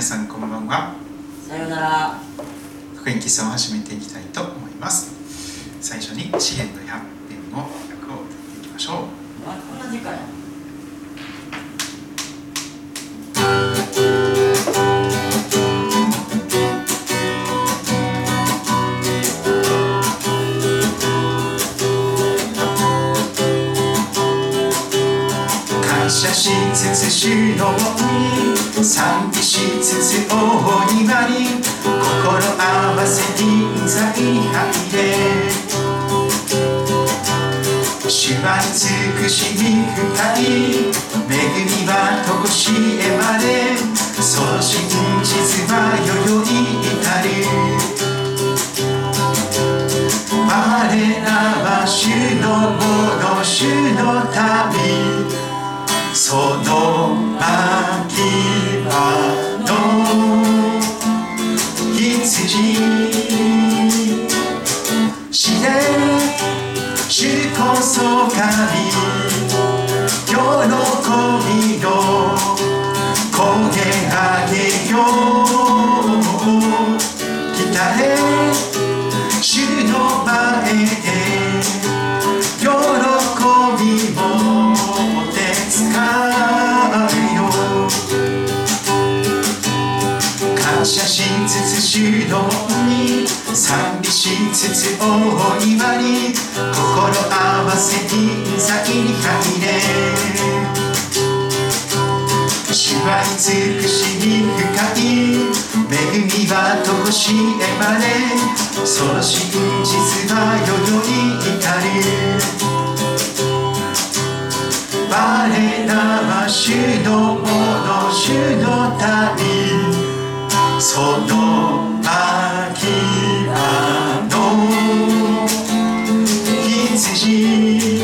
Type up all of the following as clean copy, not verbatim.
さんこんばんは。 さようなら。 福音基礎を始めていきたいと思います。最初に詩編の100編の訳を見ていきましょう。 こんな時間や。 感謝しつつ主の恩に賛美しつつ大庭に心合わせ臨在に入れ、主は慈しみ深い、恵みはとこしえまで、その真実は世々至る。我らは主のもの、主の民、その牧場の羊、死で主こそ神、喜びの声上げよう。来たれ主の前で喜びを使うよ。感謝しつつ主の恩に賛美しつつ大庭に心合わせ臨在に入れ、主は慈しみ深い、恵みはとこしえまで、その真実は世々至る。我らは主のもの、主の民、その牧場の羊、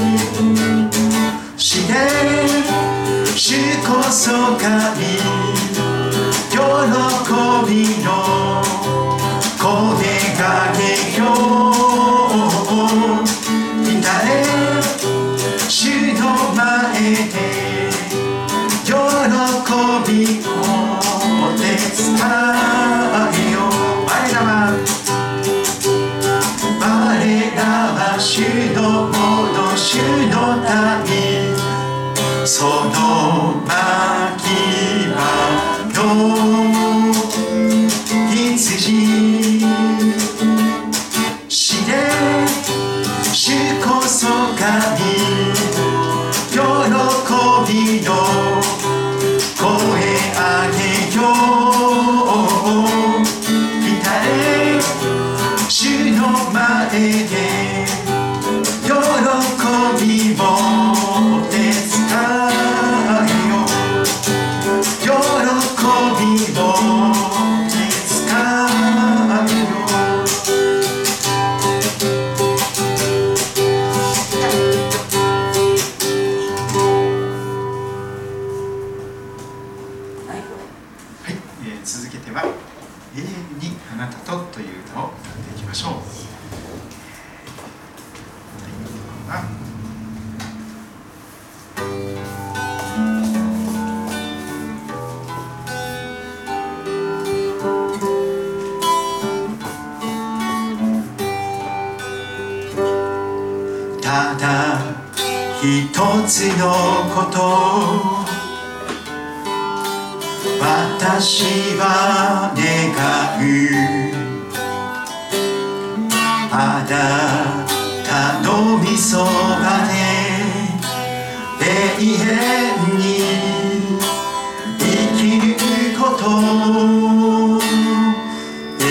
死で主こそ神、喜びの声がけよう。来れ主の前で喜びを手伝えよう。我らは主のもの、主の民、その牧場の羊、死で主こそ神、喜びの声上げよう。来たれ主の前で喜びを手伝えよう。喜びを手伝えよう。続けては永遠にあなたとという歌を歌っていきましょう。ただ一つのこと私は願う、あなたの御そばで永遠に生きること、永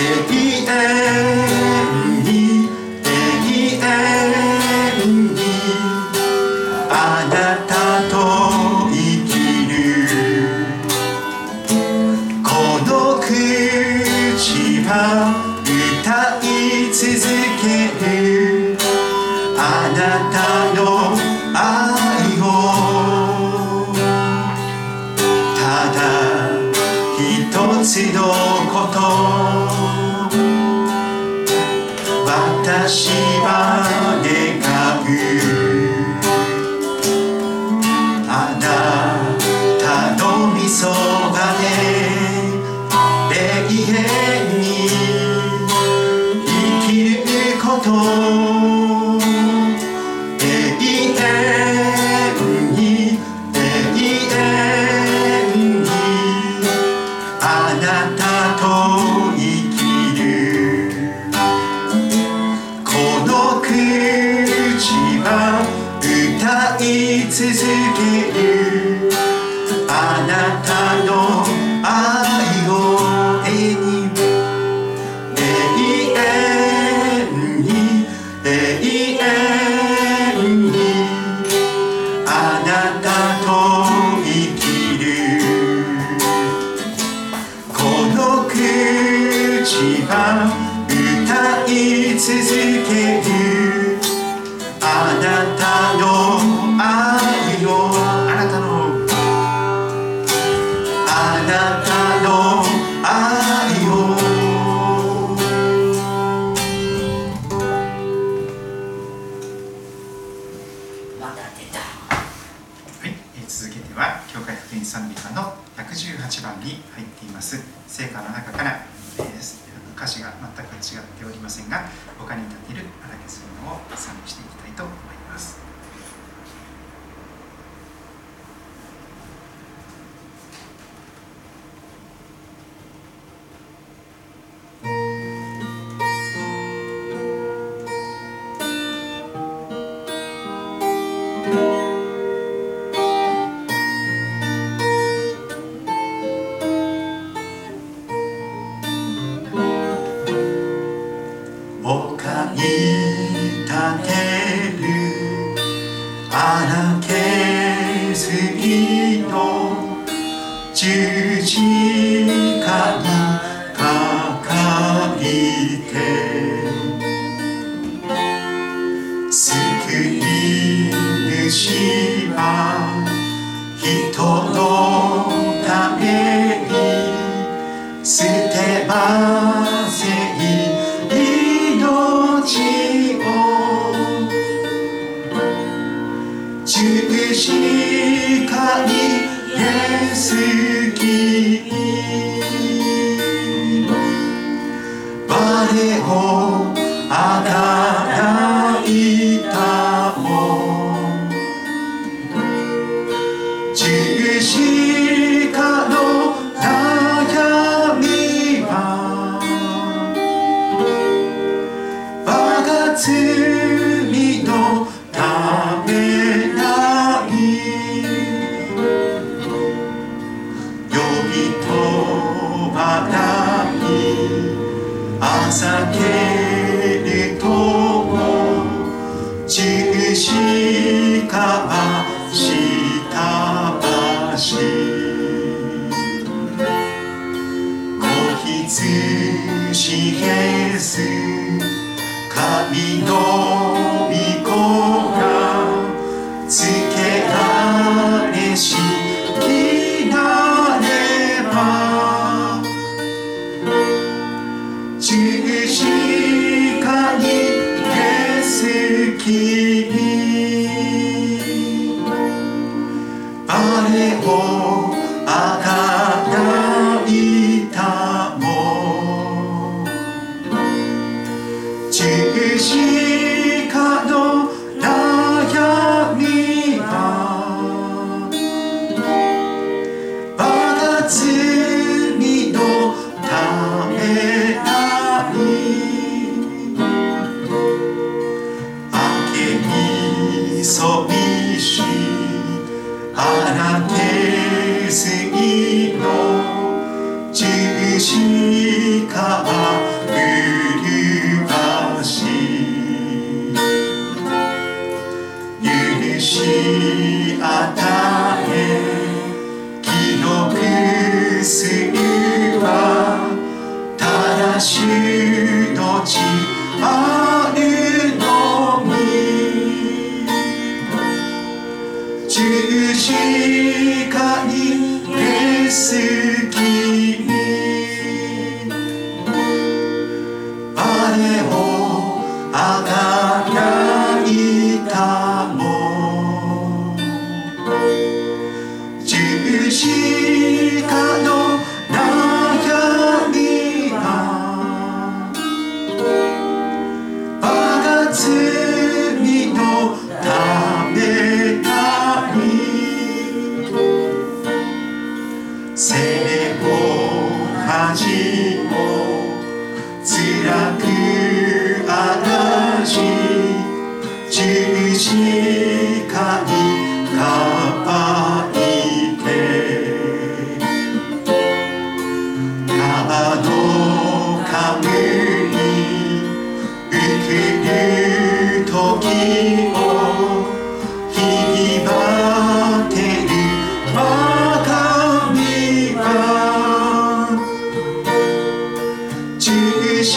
遠に永遠にあなたと生きる。この口は歌い続ける、あなたの愛を。ただ一つのこと私は願う、あなたの御そばでは歌い続ける。あなたの愛を、あなたの愛を。 また出た。 はい、続けては教会福音賛美歌の118番に入っています聖歌の中から、歌詞が全く違っておりませんが、他に立っている荒削りのを賛美していきたいと思います。 十字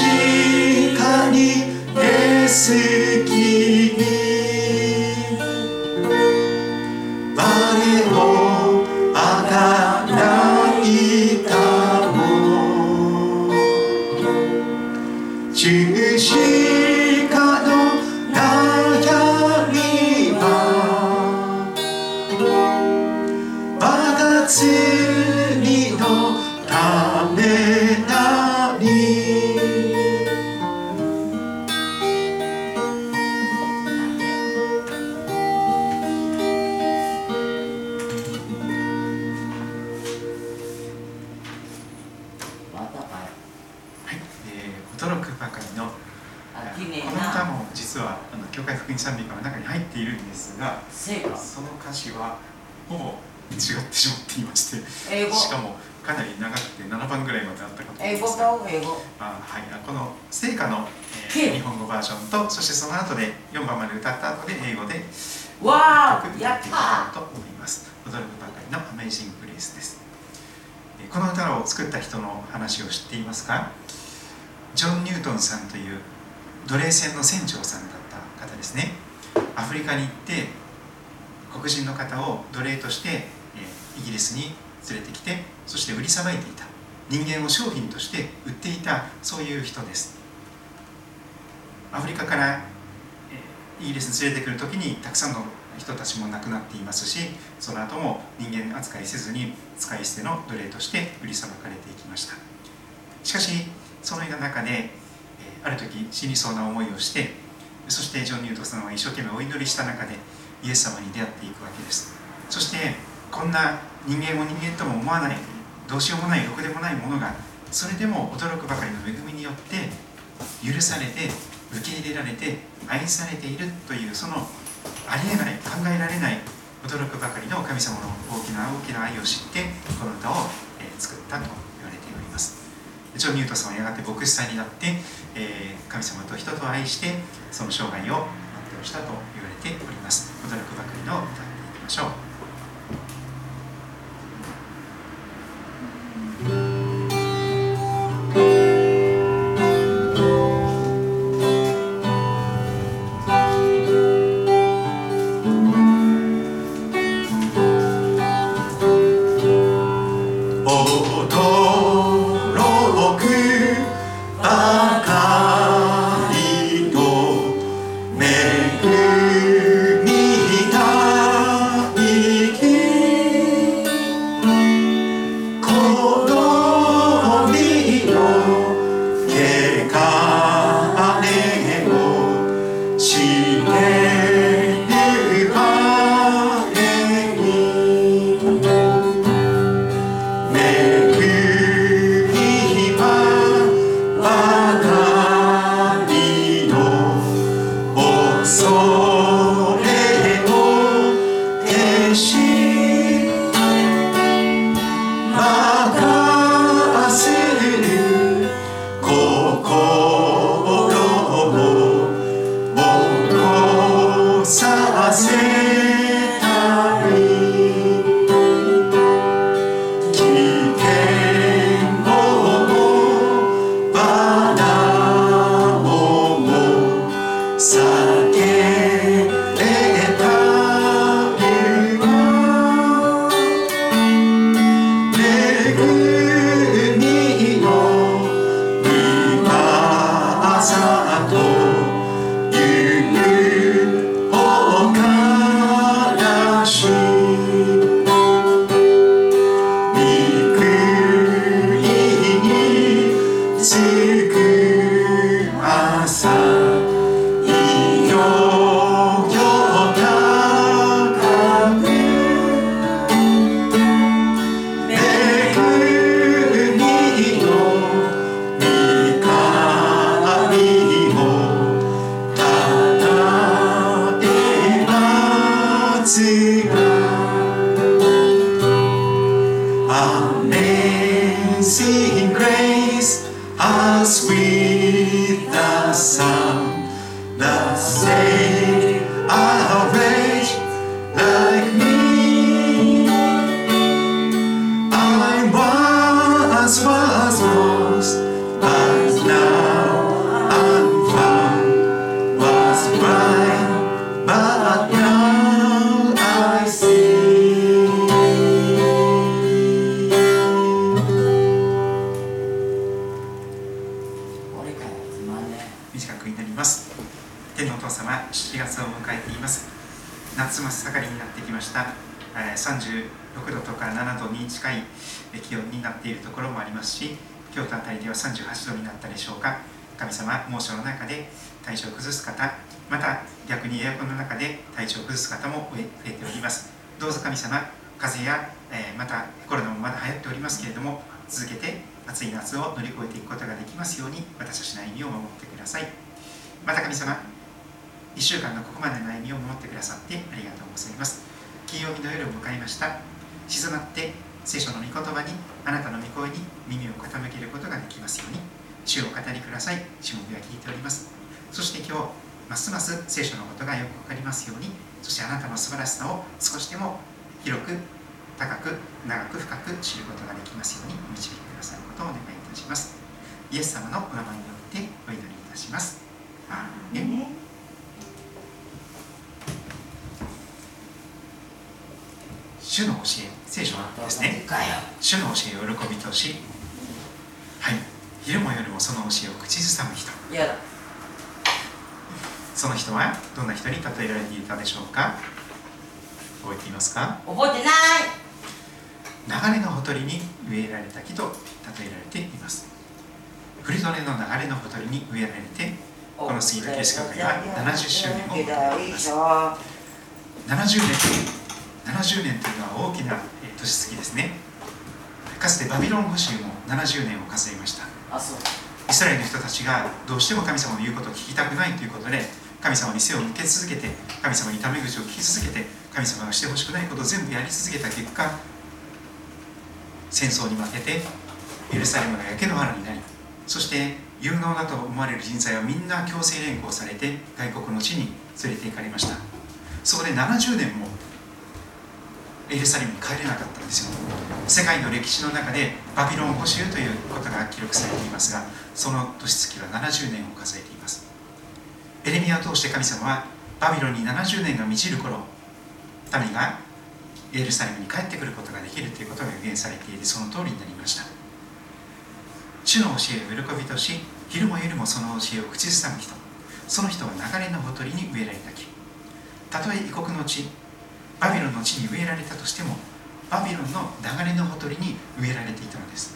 実は教会福音賛美歌の中に入っているんですが、その歌詞はほぼ違ってしまっていまして、しかもかなり長くて7番ぐらいまであったかと思います。 英語。 はい、この聖歌の、日本語バージョンと、そしてその後で4番まで歌った後で英語でわー、やったと思います。驚くばかりのアメイジング・グレースです。この歌を作った人の話を知っていますか？ジョン・ニュートンさんという奴隷船の船長さんだった方ですね。アフリカに行って黒人の方を奴隷として、イギリスに連れてきて、そして売りさばいていた、人間を商品として売っていた、そういう人です。アフリカから、イギリスに連れてくるときにたくさんの人たちも亡くなっていますし、その後も人間扱いせずに使い捨ての奴隷として売りさばかれていきました。しかしその中で、ある時死にそうな思いをして、そしてジョン・ニュートンさんは一生懸命お祈りした中でイエス様に出会っていくわけです。そしてこんな人間を人間とも思わない、どうしようもない、ろくでもないものが、それでも驚くばかりの恵みによって許されて、受け入れられて、愛されているという、そのありえない、考えられない、驚くばかりの神様の大きな大きな愛を知ってこの歌を作ったと言われております。ジョン・ニュートンさんはやがて牧師さんになって、神様と人と愛してその生涯を全うしたと言われております。驚くばかりの歌っていきましょう。Amazing grace, how sweet the sound that saved a wretch like me. I once was lost, but now I'm found. Was blind, but now I see.短くになります。天のお父様、7月を迎えています。夏真っ盛りになってきました。36度とか7度に近い気温になっているところもありますし、京都あたりでは38度になったでしょうか。神様、猛暑の中で体調を崩す方、また逆にエアコンの中で体調を崩す方も増えております。どうぞ神様、風邪や、またコロナもまだ流行っておりますけれども、続けて暑い夏を乗り越えていくことができますように、私たちの歩みを守ってください。また神様、 1週間のここまでの歩みを守ってくださってありがとうございます。金曜日の夜を迎えました。静まって聖書の御言葉に、あなたの御声に耳を傾けることができますように、主をお語りください。しもべは聞いております。そして今日ますます聖書のことがよくわかりますように、そしてあなたの素晴らしさを少しでも広く高く長く深く知ることができますように導いてくださることをお願いいたします。イエス様のお名前によってお祈りいたします。アーメン。主の教え、聖書ですね。主の教えを喜びとし、はい、昼も夜もその教えを口ずさむ人。その人はどんな人に例えられていたでしょうか。覚えていますか。 覚えてない。 流れのほとりに植えられた木と例えられています。古利根の流れのほとりに植えられて、この杉竹歯科会は70周年を迎えます。70年というのは大きな年月ですね。かつてバビロン捕囚も70年を数えました。イスラエルの人たちがどうしても神様の言うことを聞きたくないということで、神様に背を向け続けて、神様にタメ口を聞き続けて、神様がしてほしくないことを全部やり続けた結果、戦争に負けてエルサレムが焼け野原になり、そして有能だと思われる人材はみんな強制連行されて外国の地に連れて行かれました。そこで70年もエルサレムに帰れなかったんですよ。世界の歴史の中でバビロン捕囚ということが記録されていますが、その年月は70年を数えています。エレミヤを通して神様はバビロンに70年が満ちる頃、民がエルサレムに帰ってくることができるということが予言されていて、その通りになりました。主の教えを喜びとし、昼も夜もその教えを口ずさむ人、その人は流れのほとりに植えられた木。たとえ異国の地、バビロンの地に植えられたとしても、バビロンの流れのほとりに植えられていたのです。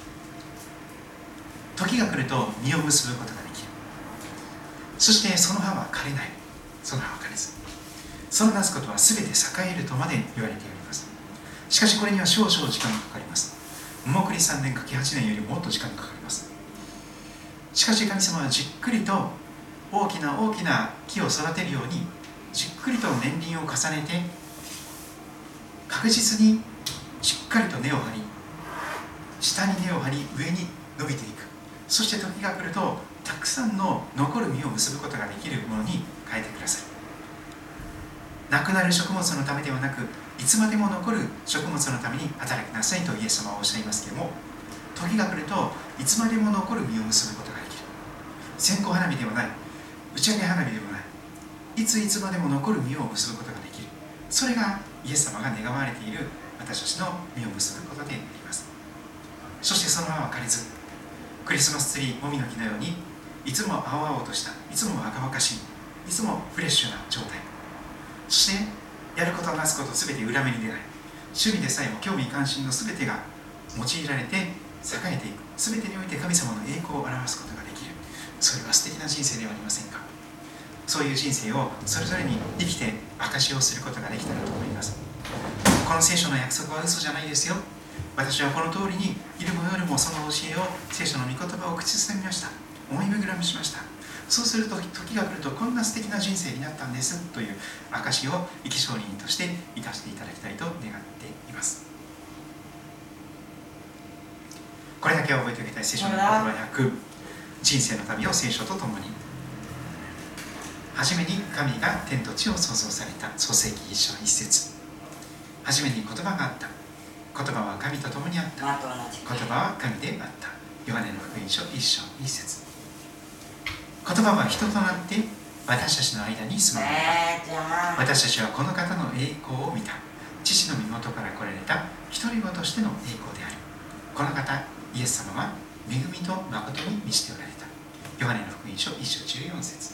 時が来ると実を結ぶことができる。そしてその葉は枯れない。その葉は枯れず、そのなすことは全て栄えるとまで言われております。しかしこれには少々時間がかかります。もくり3年かけ8年よりもっと時間がかかります。しかし神様はじっくりと大きな木を育てるように、じっくりと年輪を重ねて確実にしっかりと根を張り、下に根を張り、上に伸びていく。そして時が来るとたくさんの残る実を結ぶことができるものに変えてください。なくなる食物のためではなく、いつまでも残る食物のために働きなさいとイエス様はおっしゃいますけれども、時が来るといつまでも残る実を結ぶことができる。線香花火ではない、打ち上げ花火でもない、いつまでも残る実を結ぶことができる。それがイエス様が願われている私たちの実を結ぶことであります。そしてその葉は枯れず、クリスマスツリーもみの木のように、いつも青々とした、いつも若々しい、いつもフレッシュな状態。そしてやることなすこと全て裏目に出ない。趣味でさえも興味関心の全てが用いられて栄えていく。全てにおいて神様の栄光を表すことができる。それは素敵な人生ではありませんか。そういう人生をそれぞれに生きて証しをすることができたらと思います。この聖書の約束は嘘じゃないですよ。私はこの通りに昼も夜もその教えを、聖書の御言葉を口ずさみました。思い巡らみしました。そうすると時が来るとこんな素敵な人生になったんですという証を生き証人として生かしていただきたいと願っています。これだけは覚えておきたい聖書の御言葉100、人生の旅を聖書とともに。はじめに神が天と地を創造された。創世記1章1節。はじめに言葉があった。言葉は神と共にあった。言葉は神であった。ヨハネの福音書1章2節。言葉は人となって私たちの間に住まわれた。私たちはこの方の栄光を見た。父の身元から来られた一人子としての栄光である。この方イエス様は恵みと誠に満ちておられた。ヨハネの福音書1章14節。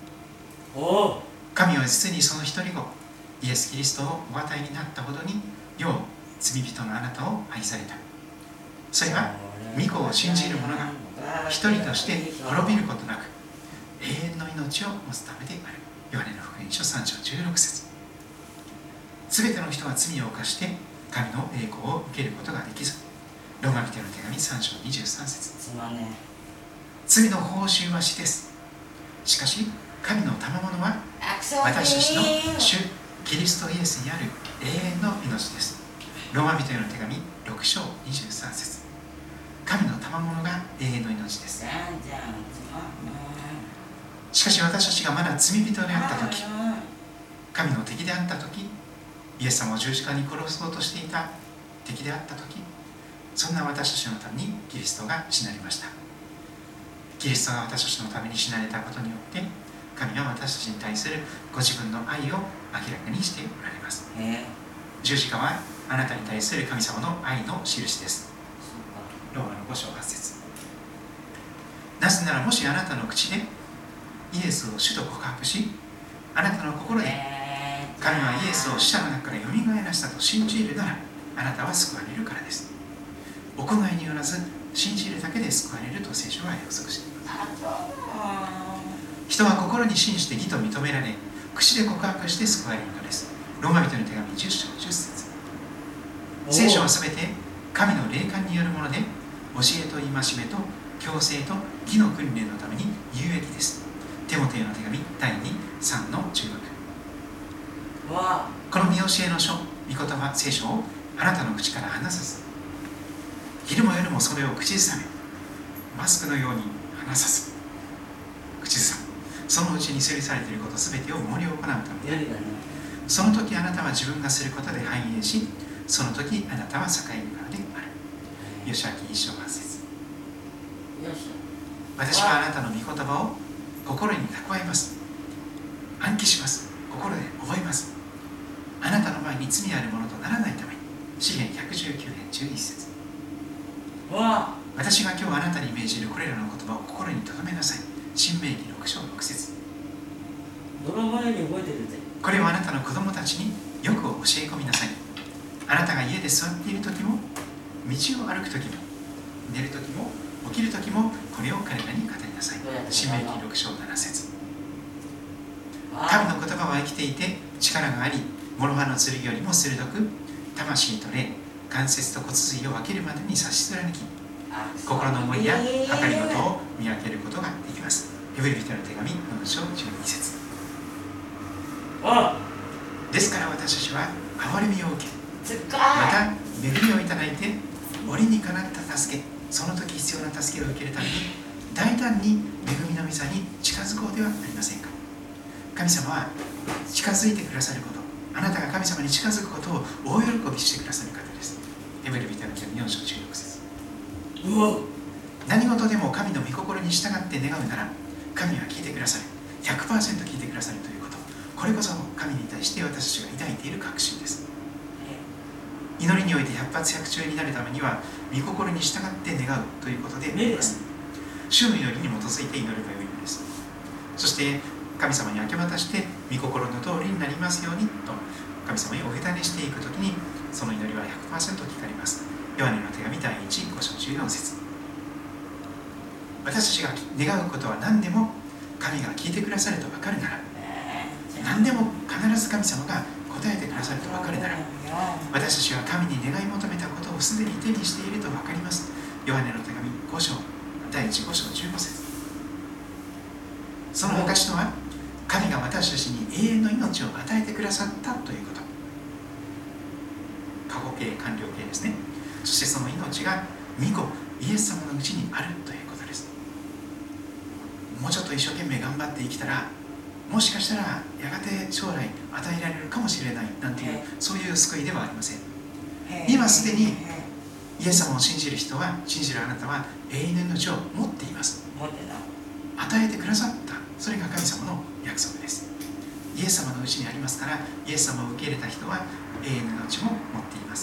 神は実にその一人子イエス・キリストをお与えになったほどに、世を罪人のあなたを愛された。それは御子を信じる者が一人として滅びることなく永遠の命を持つためである。ヨハネの福音書3章16節。すべての人は罪を犯して神の栄光を受けることができず。ローマ人への手紙3章23節。罪の報酬は死です。しかし神の賜物は私たちの主キリストイエスにある永遠の命です。ローマ人への手紙6章23節。神の賜物が永遠の命です。しかし私たちがまだ罪人であった時、神の敵であった時、イエス様を十字架に殺そうとしていた敵であった時、そんな私たちのためにキリストが死なれました。キリストが私たちのために死なれたことによって、神は私たちに対するご自分の愛を明らかにしておられます。十字架はあなたに対する神様の愛の印です。ローマの5章8節。なぜなら、もしあなたの口でイエスを主と告白し、あなたの心で神はイエスを死者の中からよみがえらせたと信じるなら、あなたは救われるからです。行いによらず信じるだけで救われると聖書は約束しています。人は心に信じて義と認められ、口で告白して救われるのです。ローマ人の手紙10章10節。聖書はすべて神の霊感によるもので、教えと戒めと強制と義の訓練のために有益です。テモテへの手紙第2、3の16。この見教えの書、御言葉、聖書をあなたの口から離さず、昼も夜もそれを口ずさめ、マスクのように離さず、口ずさむ。そのうちに整理されていることすべてを守り行うためである。その時あなたは自分がすることで繁栄し、その時あなたは栄えるからである。ヨシュア記1章8節。私はあなたの御言葉を心に蓄えます。暗記します。心で覚えます。あなたの前に罪あるものとならないために。詩編119編11節。私が今日あなたに命じるこれらの言葉を心に留めなさい。申命記6章6節。 泥のように覚えてるぜ。 これをあなたの子供たちによく教え込みなさい。あなたが家で座っている時も、道を歩く時も、寝る時も、起きる時も、これを彼らに語りなさい。申命記6章7節。神の言葉は生きていて力があり、諸刃の剣よりも鋭く、魂と霊、関節と骨髄を分けるまでに差し貫き、心の思いや計りごとを見分けることができます。ヘブル人の手紙4章12節。ですから私たちは憐れみを受け、また恵みをいただいて、折にかなった助け、その時必要な助けを受けるために大胆に恵みの御座に近づこうではありませんか。神様は近づいてくださること、あなたが神様に近づくことを大喜びしてくださる方です。ヘブル人の手紙4章16節。何事でも神の御心に従って願うなら、神は聞いてくださる。100% 聞いてくださるということ、これこそ神に対して私たちが抱いている確信です。祈りにおいて百発百中になるためには、御心に従って願うということであります。主の祈りに基づいて祈ればよいのです。そして神様に明け渡して、御心の通りになりますようにと神様にお委ねしていくときに、その祈りは 100% 聞かれます。ヨハネの手紙第1、5章14節。私たちが願うことは何でも神が聞いてくださると分かるなら、何でも必ず神様が答えてくださると分かるなら、私たちは神に願い求めたことをすでに手にしていると分かります。ヨハネの手紙5章第1、5章15節。その証とは、神が私たちに永遠の命を与えてくださったということ。過去形、完了形ですね。そしてその命が御子イエス様のうちにあるということです。もうちょっと一生懸命頑張って生きたら、もしかしたらやがて将来与えられるかもしれないなんていう、そういう救いではありません。今すでにイエス様を信じる人は、信じるあなたは永遠の命を持っています。与えてくださった、それが神様の約束です。イエス様のうちにありますから、イエス様を受け入れた人は永遠の命も持っています。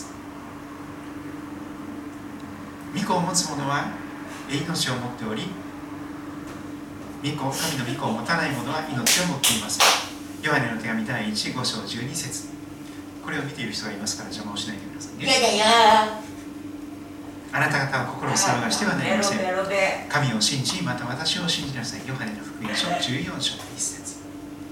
御子を持つ者は命を持っており、神の御子を持たない者は命を持っています。ヨハネの手紙第1、5章12節。これを見ている人がいますから邪魔をしないでくださいね。あなた方は心を騒がしてはなりません。神を信じ、また私を信じなさい。ヨハネの福音書14章1節。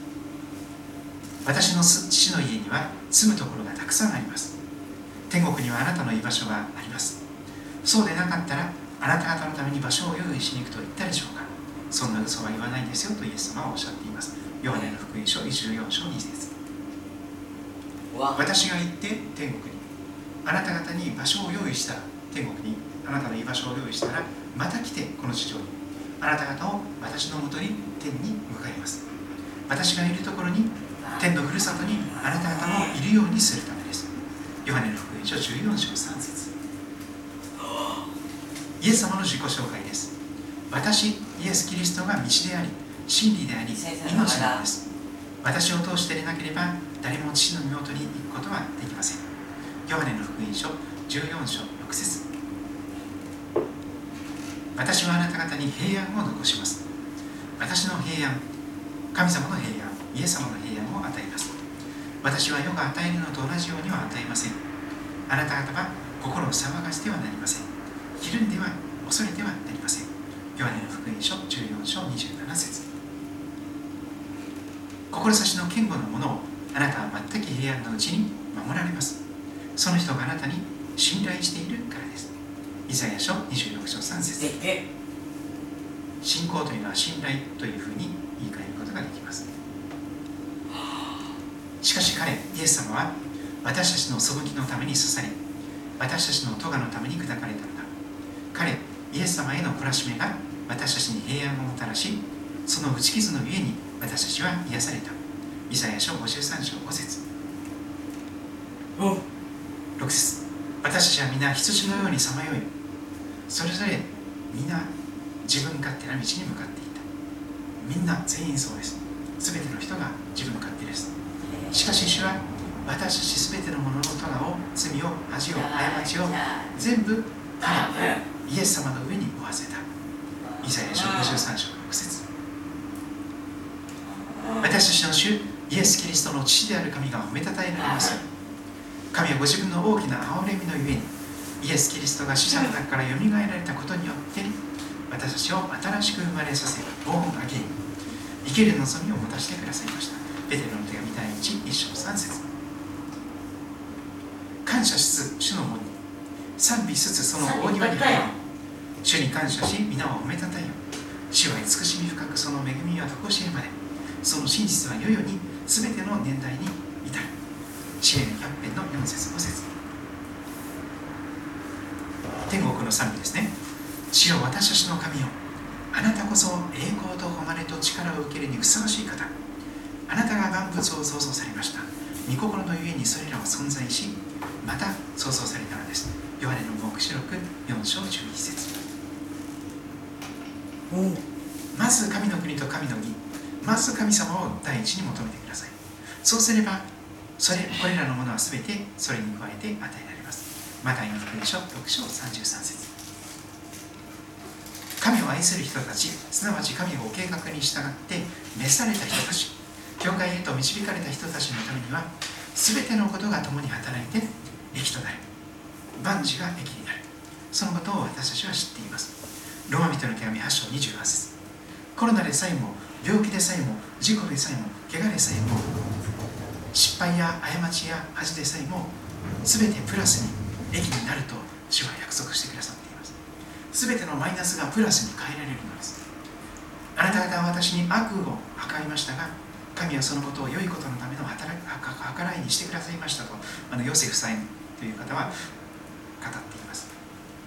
私の父の家には住むところがたくさんあります。天国にはあなたの居場所があります。そうでなかったら、あなた方のために場所を用意しに行くと言ったでしょうか。 そんな嘘は言わないんですよとイエス様はおっしゃっています。ヨハネの福音書14章2節。私が行って天国に、あなた方に場所を用意したら、天国にあなたの居場所を用意したら、また来てこの地上にあなた方を私のもとに天に迎えます。私がいるところに、天のふるさとにあなた方もいるようにするためです。ヨハネの福音書14章3節。イエス様の自己紹介です。私、イエス・キリストが道であり、真理であり、命なのです。私を通してでなければ、誰も父の身元に行くことはできません。ヨハネの福音書14章6節。私はあなた方に平安を残します。私の平安、神様の平安、イエス様の平安を与えます。私は世が与えるのと同じようには与えません。あなた方は心を騒がせてはなりません。ひるんでは恐れてはなりません。ヨハネの福音書14章27節。志の堅固なものをあなたは全く平安のうちに守られます。その人があなたに信頼しているからです。イザヤ書26章3節。信仰というのは信頼というふうに言い換えることができます。しかし彼、イエス様は私たちの背きのために刺され、私たちの咎のために砕かれたのだ。彼、イエス様への懲らしめが私たちに平安をもたらし、その打ち傷のゆえに私たちは癒された。イザヤ書53章5節。6節。私たちは皆羊のようにさまよい、それぞれ皆自分勝手な道に向かっていた。みんな全員そうです。すべての人が自分勝手です。しかし主は私たちすべてのものの咎を、罪を、恥を、過ちを全部彼、イエス様の上に負わせた。イザヤ書53章6節。私たちの主イエス・キリストの父である神が褒めたたえられます。神はご自分の大きな憐れみのゆえに、イエス・キリストが死者の中からよみがえられたことによって私たちを新しく生まれさせ、ボーンアゲイン、生ける望みを持たせてくださいました。ペテロの手紙第1章3節。感謝しつつ主の門に、賛美しつつその大庭に入り、主に感謝し皆を褒めたたえよ。主は慈しみ深く、その恵みは常しえまで、その真実は世々に全ての年代に至る。詩篇100編の4節5節。天国の賛美ですね。主よ私たちの神よ、あなたこそ栄光と誉れと力を受けるにふさわしい方。あなたが万物を創造されました。御心のゆえにそれらは存在し、また創造されたのです。ヨハネの黙示録4章11節。まず神の国と神の義、まず神様を第一に求めてください。そうすればこれらのものは全てそれに加えて与えられます。マタイの福音書6章33節。神を愛する人たち、すなわち神をご計画に従って召された人たち、教会へと導かれた人たちのためには、全てのことが共に働いて益となる。万事が益になる。そのことを私たちは知っています。ローマ人の手紙8章28節。コロナでさえも、病気でさえも、事故でさえも、怪我でさえも、失敗や過ちや恥でさえも、全てプラスに益になると主は約束してくださっています。全てのマイナスがプラスに変えられるのです。あなた方は私に悪を計りましたが、神はそのことを良いことのための計らいにしてくださいましたと、ヨセフさんという方は語っています。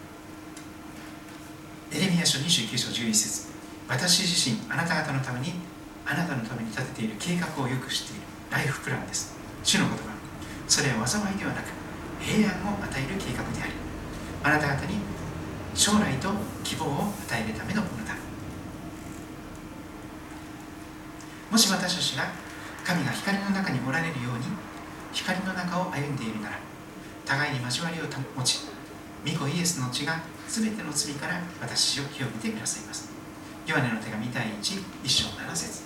エレミヤ書29章11節。私自身あなた方のために立てている計画をよく知っている。ライフプランです。主の言葉、それは災いではなく平安を与える計画であり、あなた方に将来と希望を与えるためのものだ。もし私たちが神が光の中におられるように光の中を歩んでいるなら、互いに交わりを保ち、御子イエスの血が全ての罪から私たちを清めてくださいます。ヨハネの手紙第1章7節。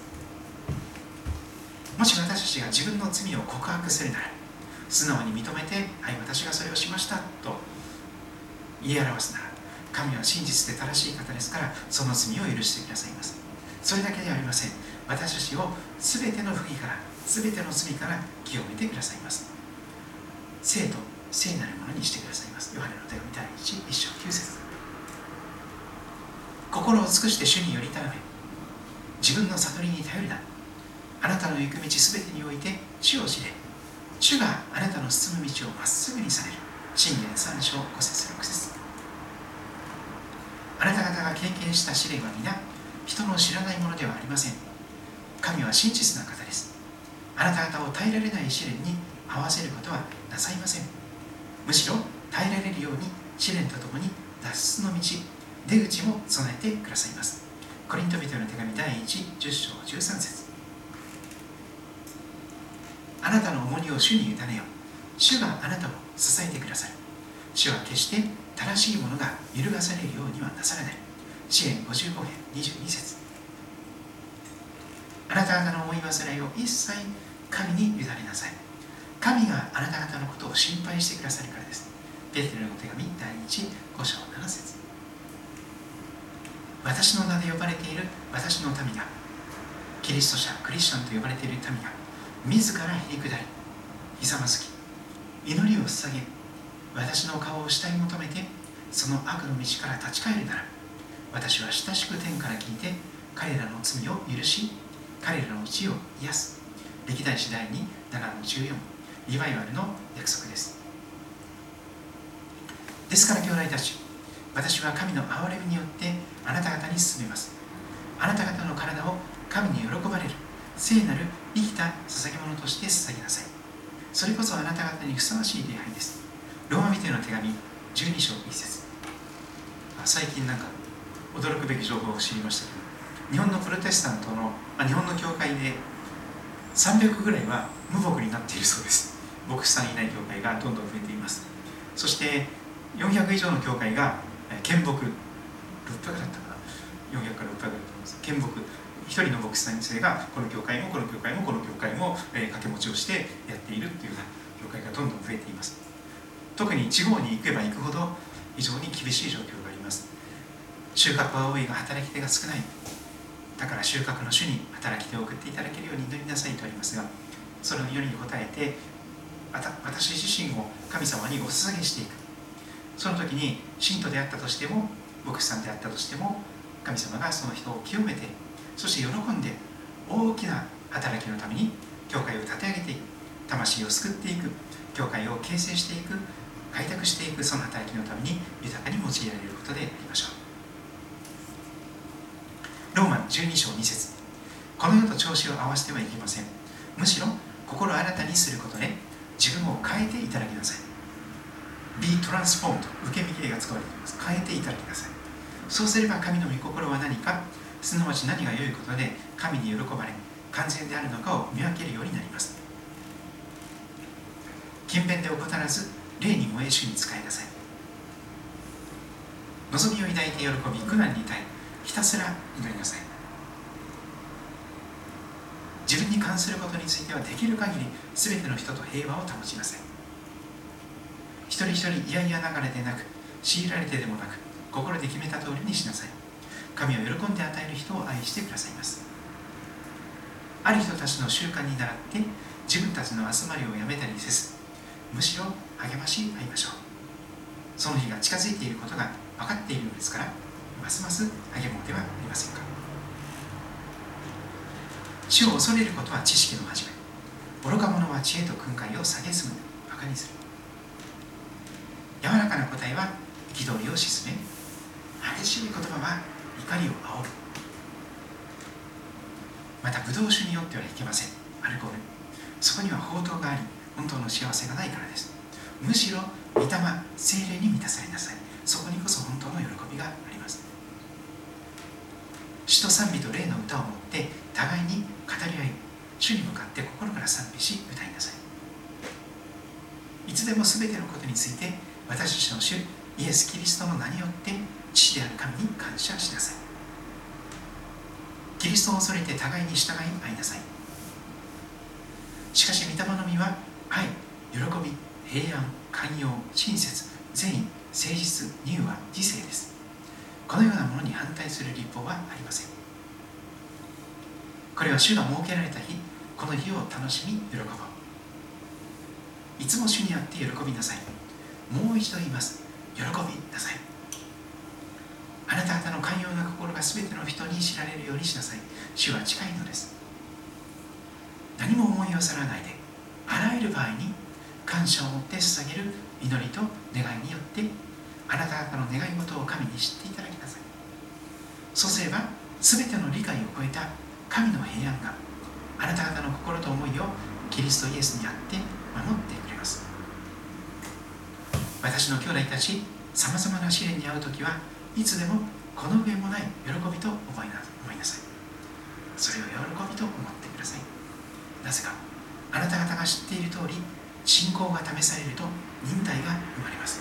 もし私たちが自分の罪を告白するなら、素直に認めて、はい、私がそれをしましたと言い表すなら、神は真実で正しい方ですから、その罪を許してくださいます。それだけではありません。私たちを全ての不義から、全ての罪から清めてくださいます。聖と聖なるものにしてくださいます。ヨハネの手紙第1章9節。心を尽くして主により頼め、 自分の悟りに頼るな。あなたの行く道すべてにおいて主を知れ。主があなたの進む道をまっすぐにされる。箴言3章5節6節。あなた方が経験した試練は皆人の知らないものではありません。神は真実な方です。あなた方を耐えられない試練に合わせることはなさいません。むしろ耐えられるように試練とともに脱出の道、出口も備えてくださいます。コリント人への手紙第1、10章13節。あなたの重荷を主に委ねよ。主があなたを支えてくださる。主は決して正しいものが揺るがされるようにはなさらない。詩編55編22節。あなた方の思い煩いを一切神に委ねなさい。神があなた方のことを心配してくださるからです。ペテロの手紙第1、5章7節。私の名で呼ばれている私の民が、キリスト者、クリスチャンと呼ばれている民が、自らへり下り、ひざまずき、祈りを捧げ、私の顔を慕い求めて、その悪の道から立ち返るなら、私は親しく天から聞いて、彼らの罪を許し、彼らの地を癒す。歴代史第2、7の14、リバイバルの約束です。ですから兄弟たち、私は神の憐れみによってあなた方に進めます。あなた方の体を神に喜ばれる聖なる生きた捧げ物として捧げなさい。それこそあなた方にふさわしい礼拝です。ローマ人への手紙12章1節。最近なんか驚くべき情報を知りましたけど、日本のプロテスタントの、日本の教会で300ぐらいは無牧になっているそうです。牧師さんいない教会がどんどん増えています。そして400以上の教会が献牧、600だったかな、400から600だと思います。献牧、一人の牧師先生がこの教会もこの教会もこの教会も掛け持ちをしてやっているというような教会がどんどん増えています。特に地方に行けば行くほど非常に厳しい状況があります。収穫は多いが働き手が少ない。だから収穫の主に働き手を送っていただけるように祈りなさいとありますが、その祈りに応えて私自身を神様にお捧げしていく。その時に信徒であったとしても牧師さんであったとしても、神様がその人を清めて、そして喜んで大きな働きのために教会を立て上げていく、魂を救っていく、教会を形成していく、開拓していく、その働きのために豊かに用いられることでありましょう。ローマ12章2節。この世と調子を合わせてはいけません。むしろ心新たにすることで自分を変えていただきなさい。 Be transformed、 受け身形が使われています。変えていただきなさい。そうすれば神の御心は何か、すなわち何が良いことで神に喜ばれ完全であるのかを見分けるようになります。勤勉で怠らず霊に燃え主に仕えなさい。望みを抱いて喜び苦難に耐えひたすら祈りなさい。自分に関することについてはできる限り全ての人と平和を保ちなさい。一人一人嫌々ながらでなく、強いられてでもなく、心で決めた通りにしなさい。神を喜んで与える人を愛してくださいます。ある人たちの習慣に倣って自分たちの集まりをやめたりせず、むしろ励まし合いましょう。その日が近づいていることが分かっているのですから、ますます励もうではありませんか。主を恐れることは知識の始め、愚か者は知恵と訓戒を蔑む、馬鹿にする。柔らかな答えは憤りを鎮め、激しい言葉は怒りを煽る。またブドウ酒によってはいけません。アルコール、そこには放蕩があり本当の幸せがないからです。むしろ御霊、聖霊に満たされなさい。そこにこそ本当の喜びがあります。詩と賛美と霊の歌を持って互いに語り合い、主に向かって心から賛美し歌いなさい。いつでも全てのことについて私たちの主イエス・キリストの名によって父である神に感謝しなさい。キリストを恐れて互いに従い合いなさい。しかし御霊の実は愛、喜び、平安、寛容、親切、善意、誠実、柔和、自制です。このようなものに反対する律法はありません。これは主が設けられた日、この日を楽しみ喜ぼう。いつも主にあって喜びなさい。もう一度言います。喜びなさい。あなた方の寛容な心がすべての人に知られるようにしなさい。主は近いのです。何も思い寄せらないで、あらゆる場合に感謝を持って捧げる祈りと願いによってあなた方の願い事を神に知っていただきなさい。そうすればすべての理解を超えた神の平安があなた方の心と思いをキリストイエスにあって守ってくれます。私の兄弟たち、さまざまな試練に遭うときはいつでもこの上もない喜びと思いなさい。それを喜びと思ってください。なぜかあなた方が知っている通り、信仰が試されると忍耐が生まれます。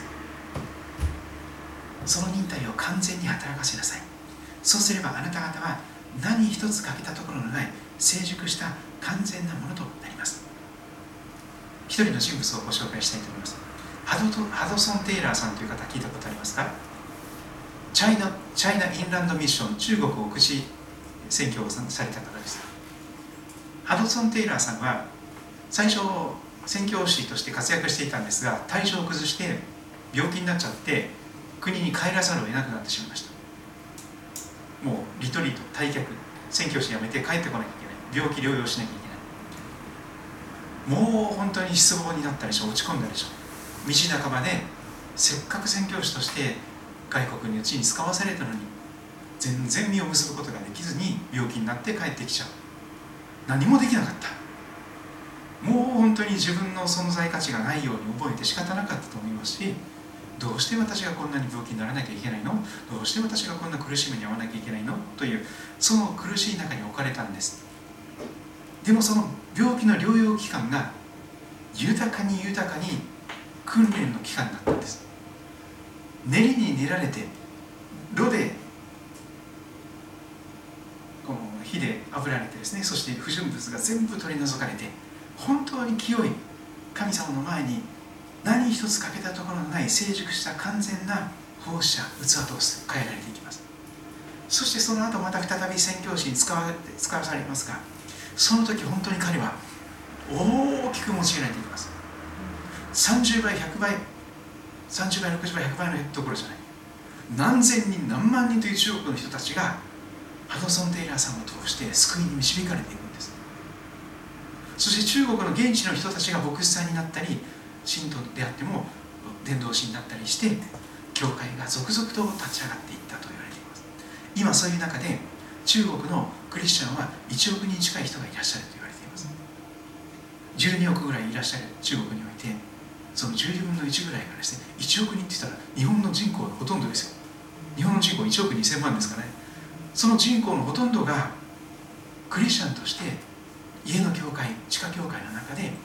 その忍耐を完全に働かせなさい。そうすればあなた方は何一つ欠けたところのない成熟した完全なものとなります。一人の人物をご紹介したいと思います。ハドソン・テイラーさんという方、聞いたことありますか？チャイナ・インランドミッション、中国を駆使宣教をされた方です。ハドソン・テイラーさんは最初宣教師として活躍していたんですが、体調を崩して病気になっちゃって国に帰らざるを得なくなってしまいました。もうリトリート、退却、宣教師辞めて帰ってこなきゃいけない、病気療養しなきゃいけない、もう本当に失望になったでしょう、落ち込んだでしょう。道半ばでせっかく宣教師として外国のうちに使わされたのに全然実を結ぶことができずに病気になって帰ってきちゃう。何もできなかった。もう本当に自分の存在価値がないように覚えて仕方なかったと思いますし、どうして私がこんなに病気にならなきゃいけないの、どうして私がこんな苦しみに遭わなきゃいけないのという、その苦しい中に置かれたんです。でもその病気の療養期間が豊かに訓練の期間だったんです。練りに練られて、炉でこの火で炙られてですね、そして不純物が全部取り除かれて、本当に清い神様の前に何一つ欠けたところのない成熟した完全な奉仕者、器と変えられていきます。そしてその後また再び宣教師に使わされますが、その時本当に彼は大きく用いられていきます。30倍、100倍、30倍、60倍、100倍のところじゃない、何千人何万人という中国の人たちがハドソン・テイラーさんを通して救いに導かれていくんです。そして中国の現地の人たちが牧師さんになったり、信徒であっても伝道師になったりして、教会が続々と立ち上がっていったと言われています。今そういう中で中国のクリスチャンは1億人近い人がいらっしゃると言われています。12億ぐらいいらっしゃる中国において、その12分の1ぐらいがですね、1億人って言ったら日本の人口のほとんどですよ。日本の人口1億2000万ですかね。その人口のほとんどがクリスチャンとして家の教会、地下教会の中で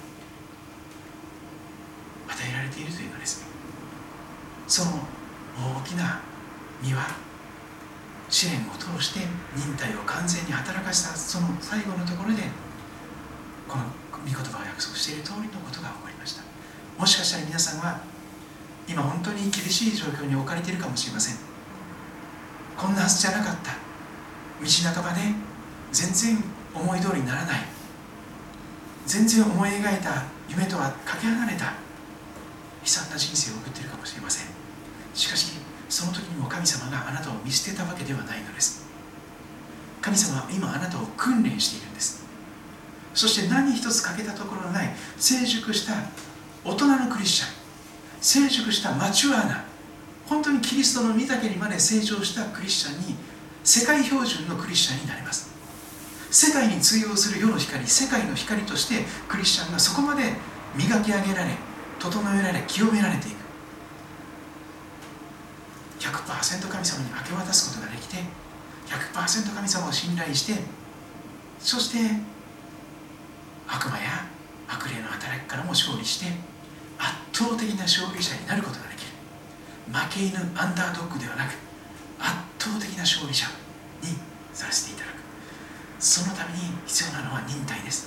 与えられているというのです。その大きな実は試練を通して忍耐を完全に働かせたその最後のところで、この御言葉を約束している通りのことが起こりました。もしかしたら皆さんは今本当に厳しい状況に置かれているかもしれません。こんなはずじゃなかった、道半ばで全然思い通りにならない、全然思い描いた夢とはかけ離れた悲惨な人生を送っているかもしれません。しかしその時にも神様があなたを見捨てたわけではないのです。神様は今あなたを訓練しているんです。そして何一つ欠けたところのない成熟した大人のクリスチャン、成熟したマチュアな、本当にキリストの御岳にまで成長したクリスチャンに、世界標準のクリスチャンになります。世界に通用する世の光、世界の光としてクリスチャンがそこまで磨き上げられ、整えられ、清められていく。 100% 神様に明け渡すことができて、 100% 神様を信頼して、そして悪魔や悪霊の働きからも勝利して圧倒的な勝利者になることができる。負け犬アンダードッグではなく圧倒的な勝利者にさせていただく。そのために必要なのは忍耐です。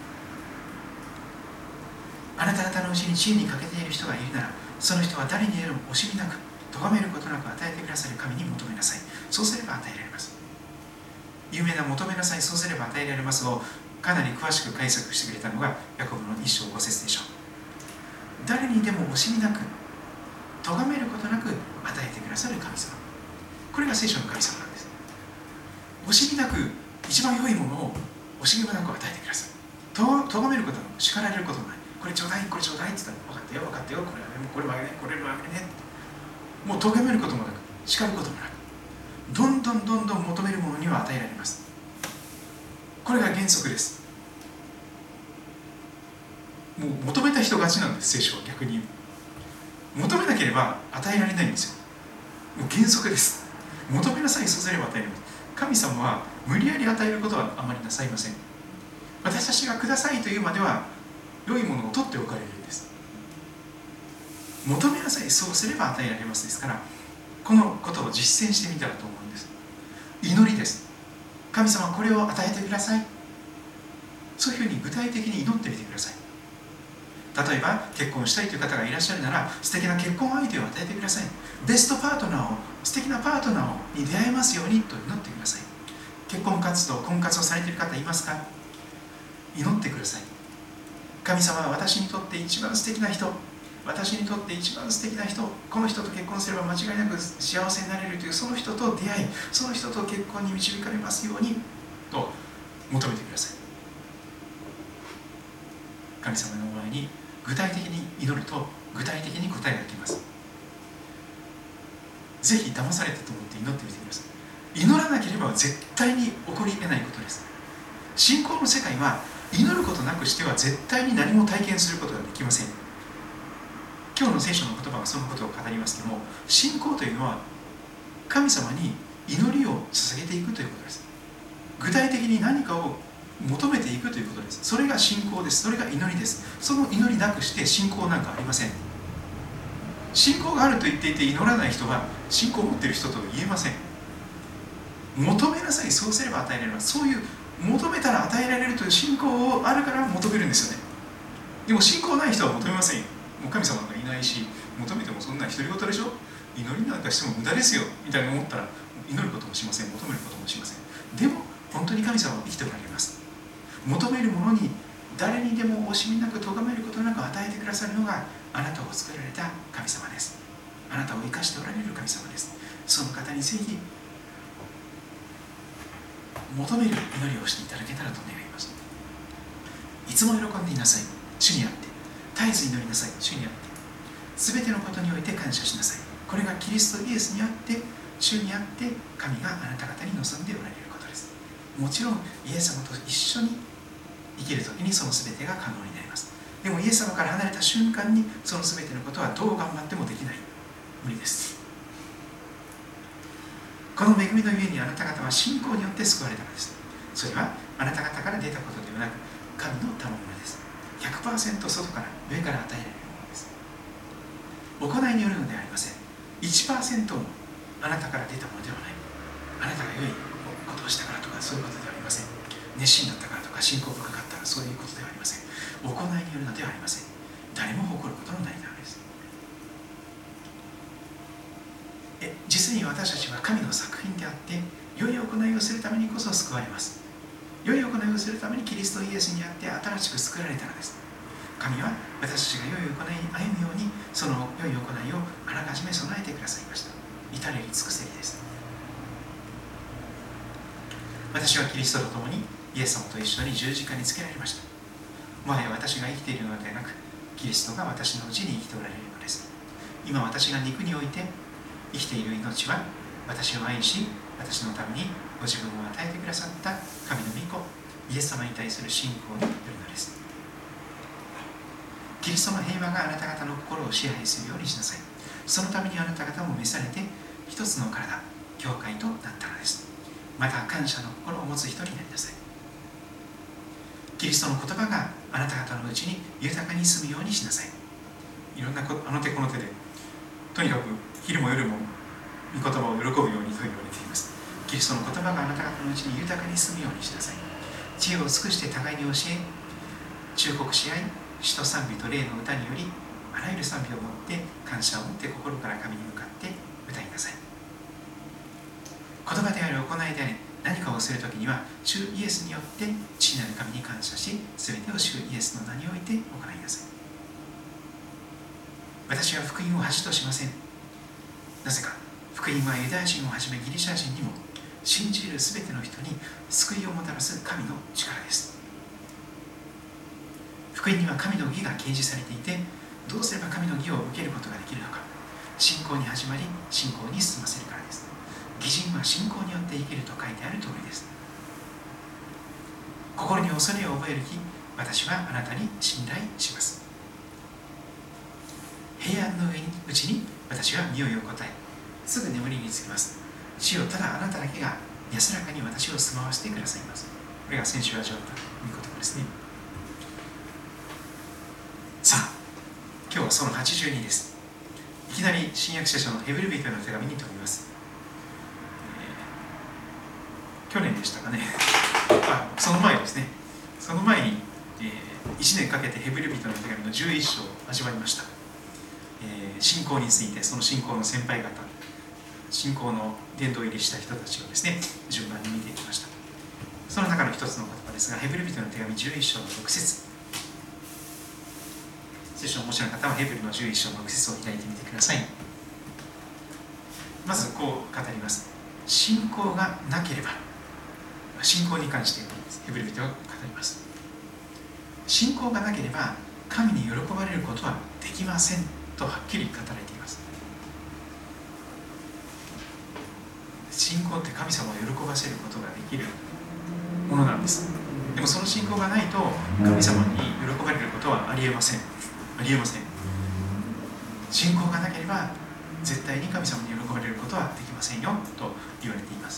あなた方のうちに地位に欠けている人がいるなら、その人は誰に得るも惜しみなく、咎めることなく与えてくださる神に求めなさい。そうすれば与えられます。有名な求めなさい、そうすれば与えられますをかなり詳しく解釈してくれたのがヤコブの1章5節でしょう。誰にでも惜しみなく、咎めることなく与えてくださる神様、これが聖書の神様なんです。 惜しみなく一番良いものを惜しげもなく与えてください。咎めることも叱られることもない。これちょうだい、これちょうだいって言ったら、分かったよ分かったよ、これはね、これもあげね、これもあげね。もう咎めることもなく叱ることもなく、どんどんどんどん求めるものには与えられます。これが原則です。もう求めた人勝ちなんです。聖書は逆に求めなければ与えられないんですよ。もう原則です。求めなさい、そうすれば与えられます。神様は無理やり与えることはあまりなさいません。私たちがくださいというまでは良いものを取っておかれるんです。求めなさい、そうすれば与えられますですから、このことを実践してみたらと思うんです。祈りです。神様これを与えてください。そういうふうに具体的に祈ってみてください。例えば結婚したいという方がいらっしゃるなら、素敵な結婚相手を与えてください。ベストパートナーを、素敵なパートナーに出会えますようにと祈ってください。結婚活動、婚活をされている方いますか？祈ってください。神様は私にとって一番素敵な人、私にとって一番素敵な人、この人と結婚すれば間違いなく幸せになれるという、その人と出会い、その人と結婚に導かれますようにと求めてください。神様の前に具体的に祈ると具体的に答えが来ます。ぜひ騙されたと思って祈ってみてください。祈らなければ絶対に起こり得ないことです。信仰の世界は祈ることなくしては絶対に何も体験することができません。今日の聖書の言葉はそのことを語りますけども、信仰というのは神様に祈りを捧げていくということです。具体的に何かを求めていくということです。それが信仰です。それが祈りです。その祈りなくして信仰なんかありません。信仰があると言っていて祈らない人は信仰を持っている人とは言えません。求めなさい、そうすれば与えられます。そういう求めたら与えられるという信仰をあるから求めるんですよね。でも信仰ない人は求めませんよ。もう神様がいないし、求めてもそんな独り言でしょ、祈りなんかしても無駄ですよみたいな思ったら祈ることもしません、求めることもしません。でも本当に神様は生きておられます。求めるものに誰にでも惜しみなく咎めることなく与えてくださるのがあなたを作られた神様です。あなたを生かしておられる神様です。その方にぜひ求める祈りをしていただけたらと願います。いつも喜んでいなさい、主にあって。絶えず祈りなさい、主にあって。すべてのことにおいて感謝しなさい。これがキリストイエスにあって、主にあって神があなた方に望んでおられることです。もちろんイエス様と一緒に生きるときにそのすべてが可能になります。でもイエス様から離れた瞬間にそのすべてのことはどう頑張ってもできない、無理です。この恵みのゆえにあなた方は信仰によって救われたのです。それはあなた方から出たことではなく神の賜物です。 100% 外から上から与えられるものです。行いによるのではありません。 1% もあなたから出たものではない。あなたが良いことをしたからとかそういうことではありません。熱心だったからとか信仰深かったらそういうことではありません。行いによるのではありません。誰も誇ることのないためです。実に私たちは神の作品であって、良い行いをするためにこそ救われます。良い行いをするためにキリストイエスにあって新しく救われたのです。神は私たちが良い行いに歩むように、その良い行いをあらかじめ備えてくださいました。至れり尽くせりです。私はキリストと共にイエス様と一緒に十字架につけられました。もはや私が生きているのではなく、キリストが私のうちに生きておられるのです。今私が肉において生きている命は、私を愛し私のためにご自分を与えてくださった神の御子イエス様に対する信仰によるのです。キリストの平和があなた方の心を支配するようにしなさい。そのためにあなた方も召されて一つの体、教会となったのです。また感謝の心を持つ人になりなさい。キリストの言葉があなた方のうちに豊かに住むようにしなさい。いろんなあの手この手で、とにかく昼も夜も御言葉を喜ぶようにと言われています。キリストの言葉があなた方のうちに豊かに住むようにしなさい。知恵を尽くして互いに教え、忠告し合い、詩と賛美と霊の歌により、あらゆる賛美を持って感謝を持って心から神に向かって歌いなさい。言葉であれ行いであれ、何かをするときには主イエスによって父なる神に感謝し、すべてを主イエスの名において行いなさい。私は福音を恥としません。なぜか福音はユダヤ人をはじめギリシャ人にも、 信じるすべての人に救いをもたらす神の力です。福音には神の義が掲示されていて、どうすれば神の義を受けることができるのか、信仰に始まり信仰に進ませるからです。義人は信仰によって生きると書いてある通りです。心に恐れを覚える日、私はあなたに信頼します。平安のうちに私は身を横たえ、すぐ眠りにつきます。主よ、ただあなただけが安らかに私を住まわせてくださいます。これが先週味わった御言葉ですね。さあ、今日はその82です。いきなり新約聖書のヘブル人への手紙に飛びます。去年でしたかね。その前ですね。その前に、1年かけてヘブル人の手紙の11章を味わいました。信仰について、その信仰の先輩方、信仰の殿堂入りした人たちをですね、順番に見ていきました。その中の一つの言葉ですが、ヘブル人の手紙11章の6節、聖書をお持ちの方はヘブルの11章の6節を開いてみてください。まずこう語ります。信仰がなければ、信仰に関してヘブル人は語ります。信仰がなければ神に喜ばれることはできませんとはっきり語られています。信仰って神様を喜ばせることができるものなんです。でもその信仰がないと神様に喜ばれることはありえません。ありえません。信仰がなければ絶対に神様に喜ばれることはできませんよと言われています。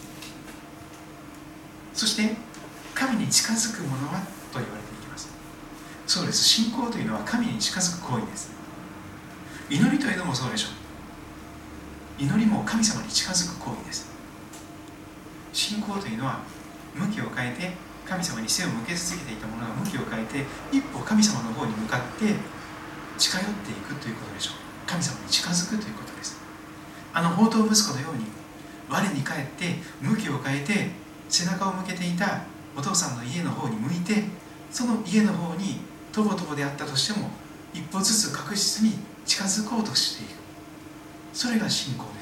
そして神に近づくものはと言われていきます。そうです。信仰というのは神に近づく行為です。祈りというのもそうでしょう。祈りも神様に近づく行為です。信仰というのは向きを変えて、神様に背を向け続けていたものが向きを変えて一歩神様の方に向かって近寄っていくということでしょう。神様に近づくということです。放蕩息子のように我に返って向きを変えて背中を向けていたお父さんの家の方に向いて、その家の方にとぼとぼであったとしても一歩ずつ確実に近づこうとしている。それが信仰です。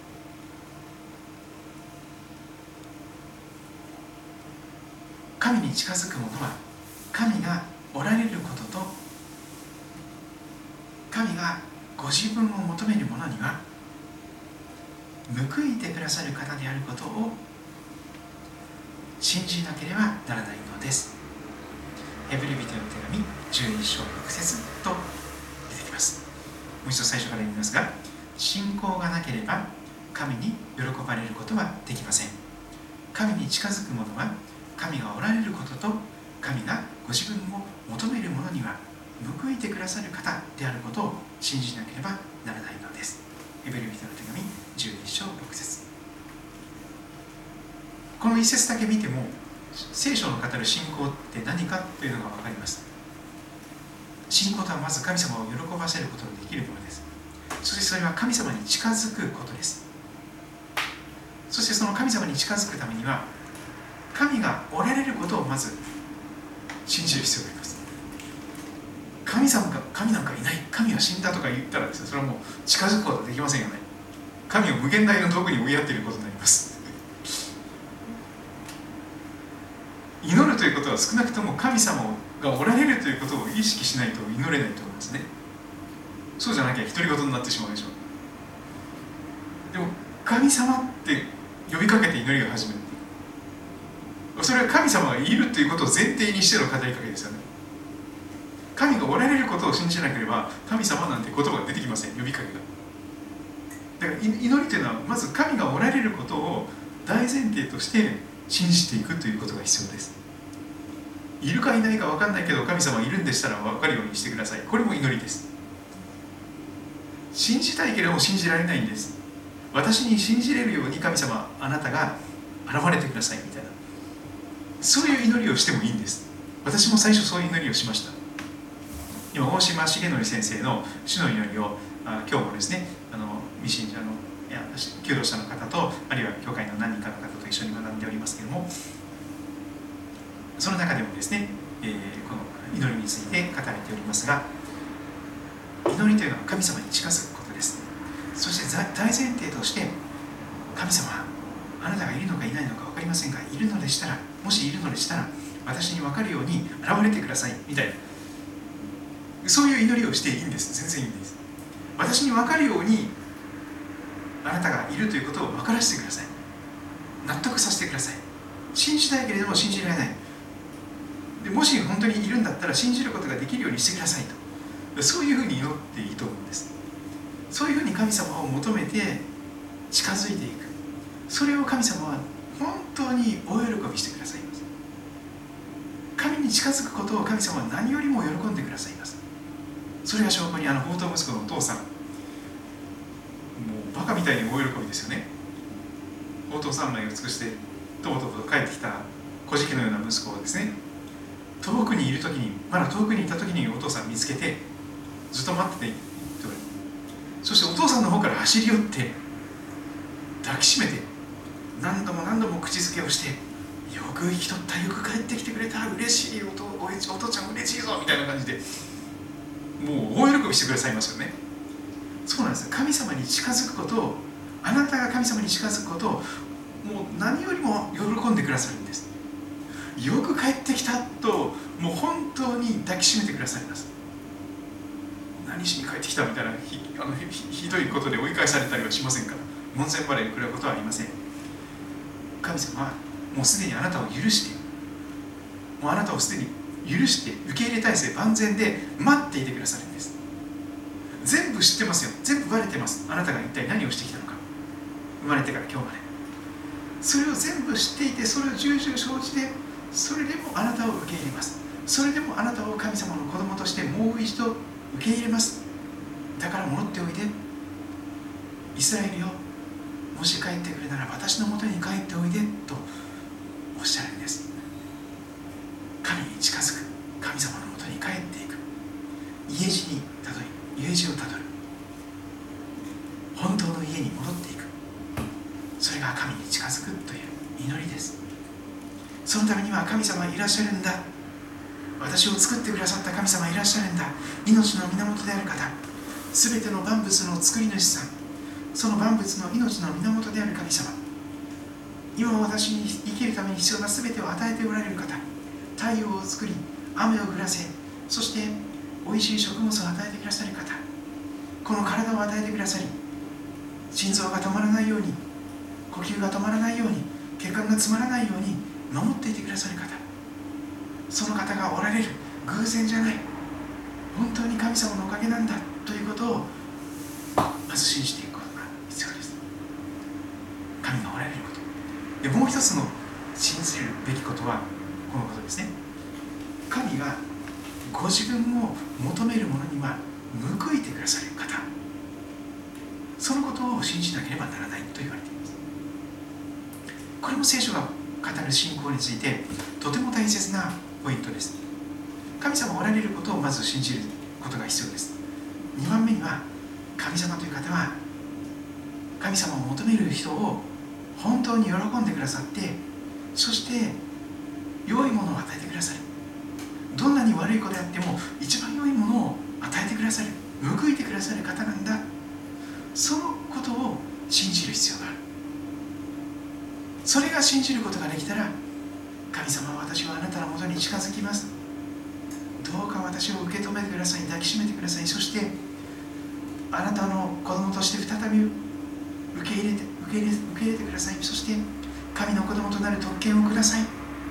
神に近づく者は神がおられることと、神がご自分を求める者には報いてくださる方であることを信じなければならないのです。ヘブル人への手紙12章6節と出てきます。もう一度最初から読みますが、信仰がなければ神に喜ばれることはできません。神に近づく者は神がおられることと、神がご自分を求める者には報いてくださる方であることを信じなければならないのです。ヘブル人への手紙12章6節、この一節だけ見ても聖書の語る信仰って何かというのが分かります。信仰とはまず神様を喜ばせることのできるものです。そしてそれは神様に近づくことです。そしてその神様に近づくためには神がおられることをまず信じる必要があります。神なんかいない、神は死んだとか言ったらですね、それはもう近づくことはできませんよね。神を無限大の遠くに追いやっていることになります。祈るということは少なくとも神様がおられるということを意識しないと祈れないと思いますね。そうじゃなきゃ独り言になってしまうでしょう。でも神様って呼びかけて祈りが始める。それは神様がいるということを前提にしての語りかけですよね。神がおられることを信じなければ神様なんて言葉が出てきません。呼びかけが。だから祈りというのはまず神がおられることを大前提として信じていくということが必要です。いるかいないか分かんないけど神様いるんでしたら分かるようにしてください。これも祈りです。信じたいけれども信じられないんです。私に信じれるように神様あなたが現れてくださいみたいな、そういう祈りをしてもいいんです。私も最初そういう祈りをしました。今大島重則先生の主の祈りを今日もですね、未信者の求道者の方と、あるいは教会の何人かの方と一緒に学んでおりますけれども、その中でもですね、この祈りについて語られておりますが、祈りというのは神様に近づくことです。そして大前提として神様あなたがいるのかいないのか分かりませんが、いるのでしたら、もしいるのでしたら私に分かるように現れてくださいみたいな、そういう祈りをしていいんです。全然いいんです。私に分かるようにあなたがいるということを分からせてください。納得させてください。信じたいけれども信じられない。でもし本当にいるんだったら信じることができるようにしてくださいと、そういうふうに祈っていいと思うんです。そういうふうに神様を求めて近づいていく、それを神様は本当にお喜びしてくださいます。神に近づくことを神様は何よりも喜んでくださいます。それが証拠に放蕩息子のお父さん、もうバカみたいに大喜びですよね。放蕩三昧を尽くしてとぼとぼと帰ってきた小じきのような息子をですね、遠くにいる時に、まだ遠くにいた時にお父さん見つけて、ずっと待ってて、そしてお父さんの方から走り寄って抱きしめて、何度も何度も口づけをして、よく生きとった、よく帰ってきてくれた、嬉しい、お父ちゃん嬉しいぞみたいな感じで、もう大喜びしてくださいますよね。そうなんです。神様に近づくことを、あなたが神様に近づくことをもう何よりも喜んでくださるんです。よく帰ってきたと、もう本当に抱きしめてくださいます。何しに帰ってきたみたいな ひどいことで追い返されたりはしませんから、門前払いに食らうことはありません。神様はもうすでにあなたを許して、もうあなたをすでに許して受け入れ体制万全で待っていてくださるんです。全部知ってますよ。全部バレてます。あなたが一体何をしてきたのか、生まれてから今日まで。それを全部知っていて、それを重々承じて、それでもあなたを受け入れます。それでもあなたを神様の子供としてもう一度受け入れます。だから戻っておいで、イスラエルよ、もし帰ってくるなら私のもとに帰っておいでとおっしゃるんです。神に近づく、神様のもとに帰っていく、家路にたどり、家路をたどる、本当の家に戻っていく、それが神に近づくという祈りです。そのためには神様いらっしゃるんだ、私を作ってくださった神様いらっしゃるんだ、命の源である方、すべての万物の作り主さん、その万物の命の源である神様、今私に生きるために必要なすべてを与えておられる方、太陽を作り雨を降らせ、そしておいしい食物を与えてくださる方、この体を与えてくださり、心臓が止まらないように、呼吸が止まらないように、血管が詰まらないように守っていてくださる方、その方がおられる、偶然じゃない、本当に神様のおかげなんだということをまず信じていくことが必要です。神がおられることで、もう一つの信じるべきことはこのことですね。神がご自分を求める者には報いてくださる方、そのことを信じなければならないと言われています。これも聖書が語る信仰についてとても大切なポイントです。神様がおられることをまず信じることが必要です。2番目には、神様という方は神様を求める人を本当に喜んでくださって、そして良いものを与えてくださる。どんなに悪い子であっても一番良いものを与えてくださる、報いてくださる方なんだ、そのことを信じる必要がある。それが信じることができたら、神様は私はあなたのもとに近づきます、どうか私を受け止めてください、抱きしめてください、そしてあなたの子供として再び受け入れてください、そして神の子供となる特権をください。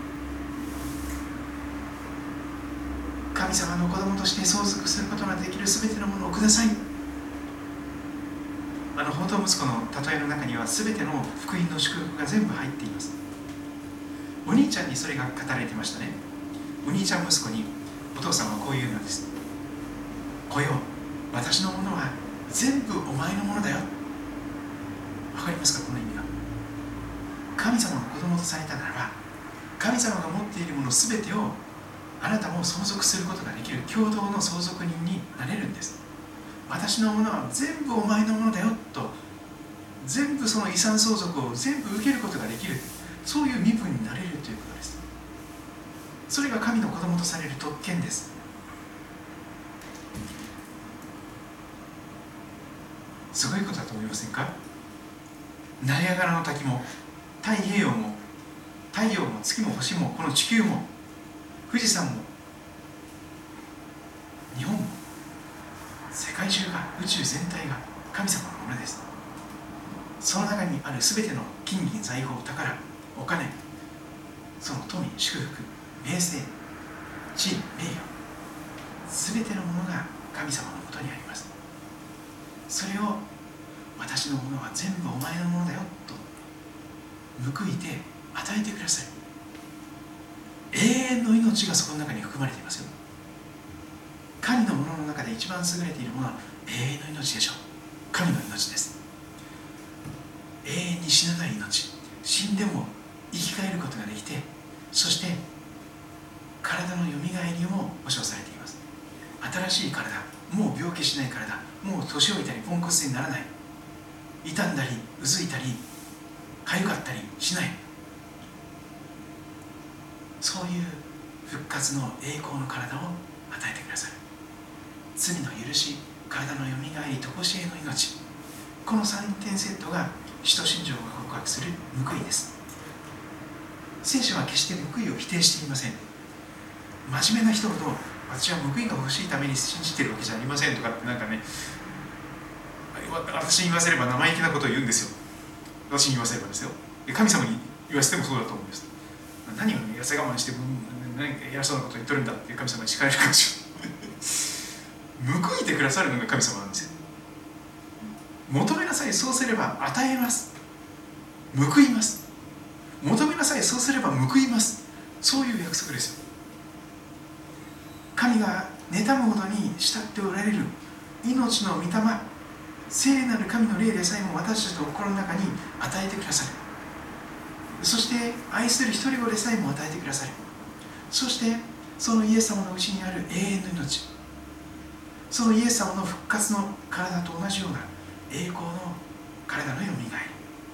神様の子供として相続することができるすべてのものをください。放蕩息子の例えの中には全ての福音の祝福が全部入っています。お兄ちゃんにそれが語られてましたね。お兄ちゃん息子にお父さんはこう言うのです。子よ、私のものは全部お前のものだよ。わかりますか、この意味は。神様の子供とされたならば、神様が持っているもの全てをあなたも相続することができる共同の相続人になれるんです。私のものは全部お前のものだよと、全部その遺産相続を全部受けることができる、そういう身分になれるということです。それが神の子供とされる特権です。すごいことだと思いませんか。ナイアガラの滝も太平洋も太陽も月も星もこの地球も富士山も日本も世界中が宇宙全体が神様のものです。その中にあるすべての金銀財宝宝お金その富祝福名声地位名誉すべてのものが神様のもとにあります。それを私のものは全部お前のものだよと報いて与えてください。永遠の命がそこの中に含まれていますよ。神のものの中で一番優れているものは永遠の命でしょう。神の命です。永遠に死なない命、死んでも生き返ることができて、そして体のよみがえりも保証されています。新しい体、もう病気しない体、もう年老いたりポンコツにならない、傷んだりうずいたり痒かったりしない、そういう復活の栄光の体を与えてくださる。罪の許し、体のよみがえり、とこしえの命、この3点セットが使徒信条が告白する報いです。聖書は決して報いを否定していません。真面目な人ほど私は報いが欲しいために信じているわけじゃありませんとかってなんかね、私に言わせれば生意気なことを言うんですよ。私に言わせればですよ。神様に言わせてもそうだと思うんです。何を痩せ我慢して何か偉そうなことを言っとるんだっていう神様に叱られるかもしれない報いてくださるのが神様なんですよ。求めなさい、そうすれば与えます、報います。求めなさい、そうすれば報います。そういう約束ですよ。神が妬むほどに慕っておられる命の御霊、聖なる神の霊でさえも私たちの心の中に与えてくださる。そして愛する一人子でさえも与えてくださる。そしてそのイエス様のうちにある永遠の命、そのイエス様の復活の体と同じような栄光の体のよみがえり、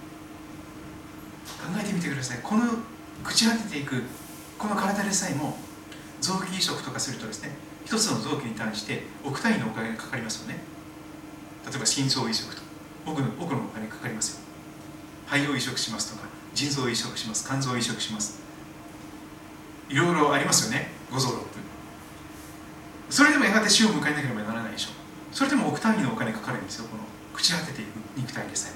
考えてみてください。この朽ち果てていくこの体でさえも臓器移植とかするとですね、一つの臓器に対して億単位のお金がかかりますよね。例えば心臓移植と億のお金かかりますよ。肺を移植しますとか腎臓を移植します、肝臓を移植します、いろいろありますよね。五臓六腑。それでもやがて死を迎えなければならないでしょう。それでも億単位のお金かかるんですよ。この朽ち果てていく肉体でさ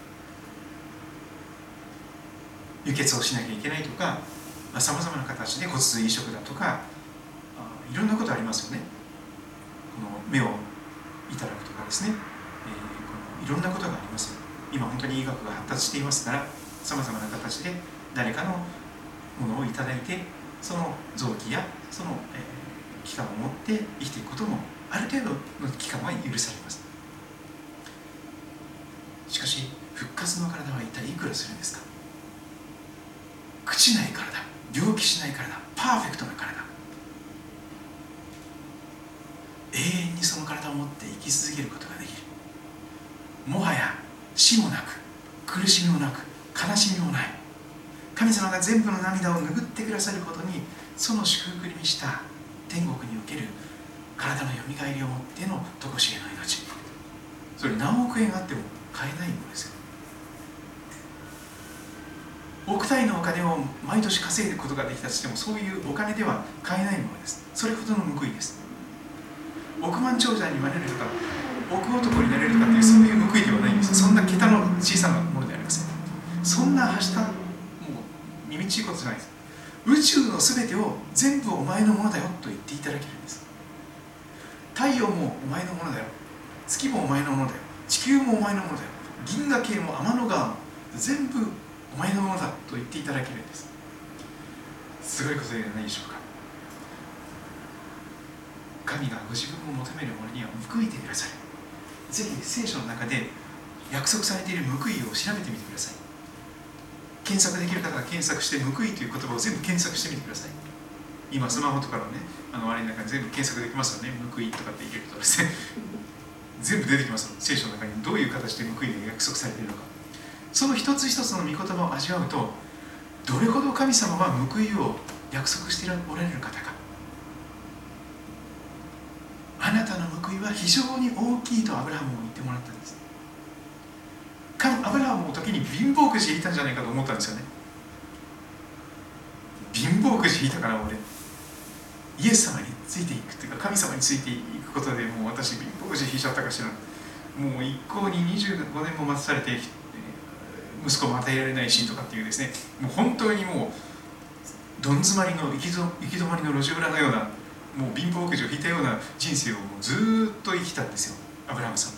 え輸血をしなきゃいけないとか、さまざまな形で骨髄移植だとかいろんなことありますよね。この目をいただくとかですね、このいろんなことがありますよ。今本当に医学が発達していますから、さまざまな形で誰かのものをいただいて、その臓器やその、期間を持って生きていくこともある程度の期間は許されます。しかし復活の体は一体いくらするんですか。朽ちない体、病気しない体、パーフェクトな体、永遠にその体を持って生き続けることができる。もはや死もなく苦しみもなく悲しみもない。神様が全部の涙を拭ってくださることに、その祝福に満ちた天国における体のよみがえりをもってのとこしえの命、それ何億円あっても買えないものですよ。億単位のお金を毎年稼いでいくことができたとしても、そういうお金では買えないものです。それほどの報いです。億万長者になれるとか億男になれるとかっていう、そういう報いではないんです。そんな桁の小さなものではありません。そんなはしたもう耳ちいことじゃないです。宇宙のすべてを全部お前のものだよと言っていただけるんです。太陽もお前のものだよ、月もお前のものだよ、地球もお前のものだよ、銀河系も天の川も全部お前のものだと言っていただけるんです。すごいことではないでしょうか。神がご自分を求める者には報いてくださる。ぜひ聖書の中で約束されている報いを調べてみてください。検索できる方が検索して報いという言葉を全部検索してみてください。今スマホとかのね、あれの中に全部検索できますよね。報いとかって入れるとですね全部出てきますよ。聖書の中にどういう形で報いが約束されているのか。その一つ一つの御言葉を味わうと、どれほど神様は報いを約束しておられる方か。あなたの報いは非常に大きいとアブラハムも言ってもらったんです。神アブラハムも時に貧乏くじ引いたんじゃないかと思ったんですよね。貧乏くじ引いたから俺イエス様についていくというか神様についていくことでもう私貧乏くじ引いちゃったかしら。もう一向に25年も待たされて息子も与えられないしとかっていうですね、もう本当にもうどん詰まりの行き止まりの路地裏のようなもう貧乏くじを引いたような人生をもうずっと生きたんですよ、アブラハムさん。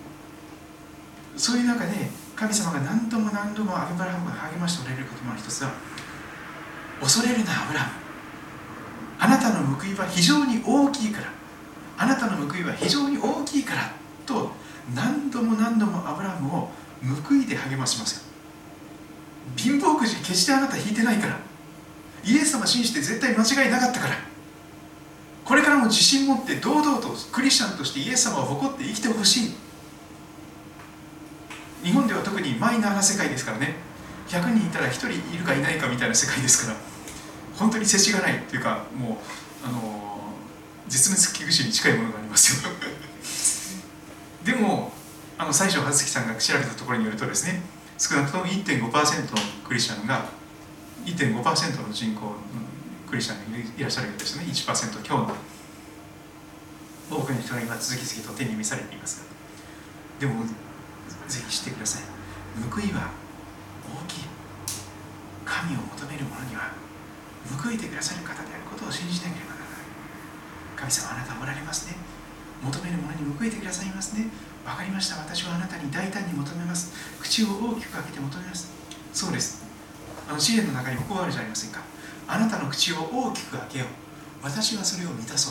そういう中で神様が何度も何度もアブラハムが励ましておられる言葉の一つは、恐れるなアブラハム、あなたの報いは非常に大きいから、あなたの報いは非常に大きいからと何度も何度もアブラハムを報いで励ましますよ。貧乏くじ決してあなた引いてないから、イエス様信じて絶対間違いなかったから、これからも自信持って堂々とクリスチャンとしてイエス様を誇って生きてほしい。日本では特にマイナーな世界ですからね、100人いたら1人いるかいないかみたいな世界ですから、本当に世知がないというか、もう絶滅危惧種に近いものがありますよでも西条和樹さんが調べたところによるとですね、少なくとも 1.5% のクリスチャンが 1.5% の人口のクリスチャンがいらっしゃるようですね。 1% 強の多くの人が今次々と手に召されていますが、でもぜひ知ってください。報いは大きい。神を求める者には報いてくださる方であることを信じなければならない。神様、あなたはおられますね。求める者に報いてくださいますね。わかりました、私はあなたに大胆に求めます。口を大きく開けて求めます。そうです。詩篇の中にもこうあるじゃありませんか。あなたの口を大きく開けよう、私はそれを満たそう。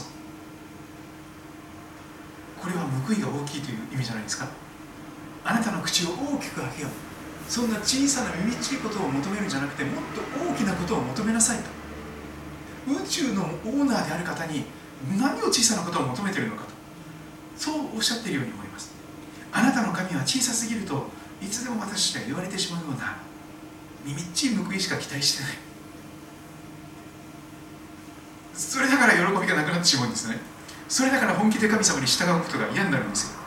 これは報いが大きいという意味じゃないですか。あなたの口を大きく開けよう。そんな小さなみみっちいことを求めるんじゃなくて、もっと大きなことを求めなさいと。宇宙のオーナーである方に何を小さなことを求めているのかと、そうおっしゃっているように思います。あなたの神は小さすぎるといつでも私たちが言われてしまうようなみみっちい報いしか期待してない。それだから喜びがなくなってしまうんですね。それだから本気で神様に従うことが嫌になるんですよ。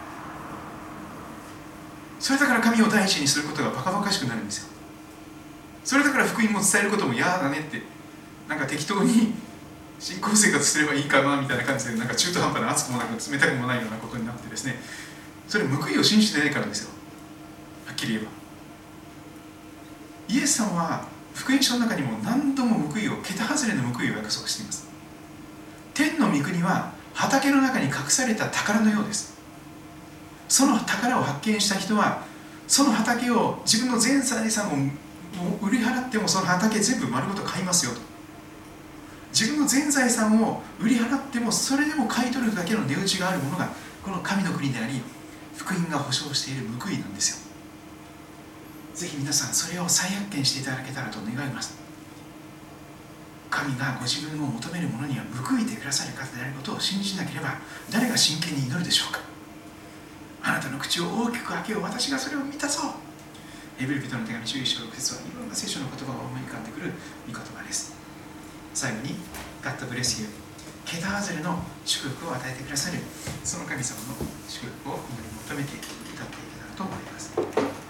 それだから神を第一にすることがバカバカしくなるんですよ。それだから福音も伝えることも嫌だねって、なんか適当に信仰生活すればいいかなみたいな感じで、なんか中途半端な熱くもなく冷たくもないようなことになってですね、それ報いを信じてないからですよ。はっきり言えばイエス様は福音書の中にも何度も報いを、桁外れの報いを約束しています。天の御国は畑の中に隠された宝のようです。その宝を発見した人はその畑を、自分の全財産を売り払ってもその畑全部丸ごと買いますよと。自分の全財産を売り払ってもそれでも買い取るだけの値打ちがあるものがこの神の国であり、福音が保証している報いなんですよ。ぜひ皆さんそれを再発見していただけたらと願います。神がご自分を求める者には報いてくださる方であることを信じなければ、誰が真剣に祈るでしょうか。あなたの口を大きく開けよう、私がそれを満たそう。ヘブル人の手紙11章6節はいろんな聖書の言葉が思い浮かんでくる御言葉です。最後に God bless you、 桁外れの祝福を与えてくださるその神様の祝福を祈り求めて歌っていけたらと思います。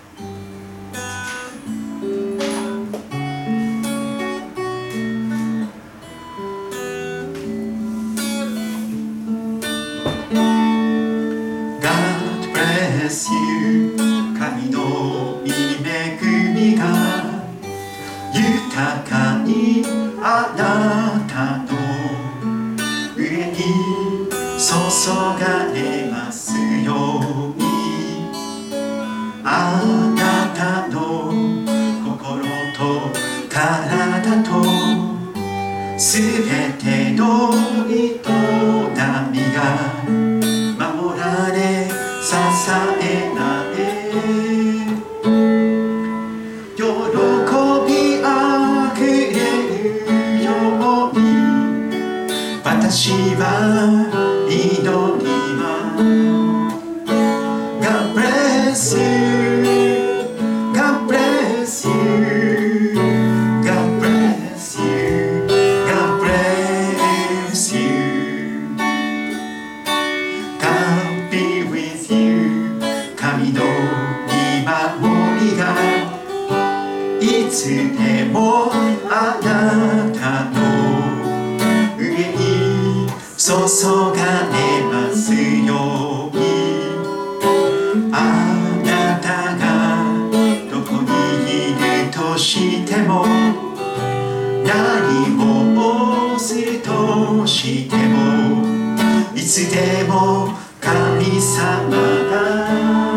神の恵みが豊かにあなたの上に注がれますように、あなたの心と体とすべての営みが守られ支えられ、喜びあふれるように私は祈ります。 God bless you, God bless you, God bless you, God bless you, God be with you、 神の御守いつでもあなたの上に注がれますように。あなたがどこにいるとしても、何をするとしても、いつでも神様が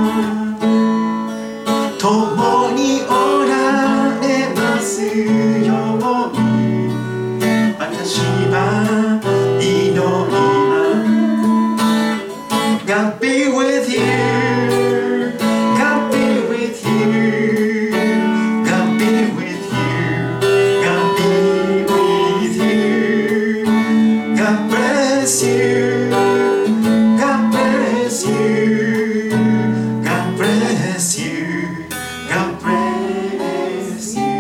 共におられますように。私は祈ります。 God be with you, God be with you, God be with you, God be with you, God bless you, God bless you, God bless you, God bless you。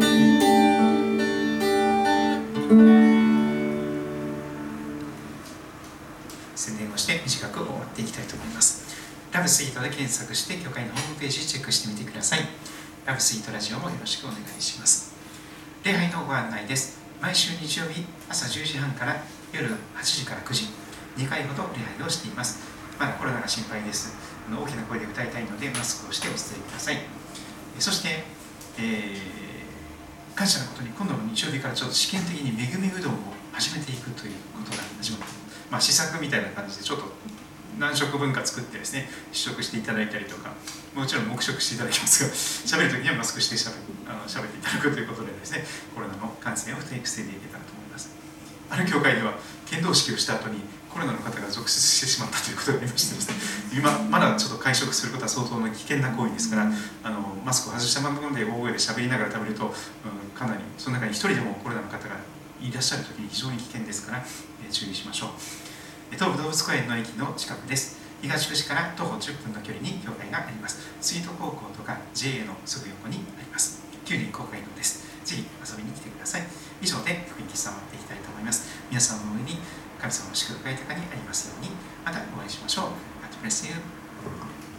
宣伝をして短く終わっていきたいと思います。ラブスイートで検索して教会のホームページチェックしてみてください。ラブスイートラジオもよろしくお願いします。礼拝のご案内です。毎週日曜日朝10時半から夜8時から9時、2回ほど礼拝をしています。まだコロナが心配です。大きな声で歌いたいのでマスクをしてお伝えください。そして、感謝のことに今度の日曜日からちょっと試験的にめぐみうどんを始めていくということが始まって、試作みたいな感じでちょっと何食分か作ってですね、試食していただいたりとか、もちろん黙食していただきますが、喋るときにはマスクして喋っていただくということでですね、コロナの感染を防いでいけたらと思います。ある教会では剣道式をした後にコロナの方が続出してしまったということがありましてですね、今まだちょっと会食することは相当の危険な行為ですから、マスクを外したままで大声で喋りながら食べると、かなりその中に一人でもコロナの方がいらっしゃるときに非常に危険ですから、注意しましょう。東武動物公園の駅の近くです。東区市から徒歩10分の距離に教会があります。水戸高校とか JA のすぐ横にあります。9人公会堂です。ぜひ遊びに来てください。以上で福音喫茶を終わっていきたいと思います。皆さんの上に神様の祝福が豊かにありますように。またお会いしましょう。God bless you.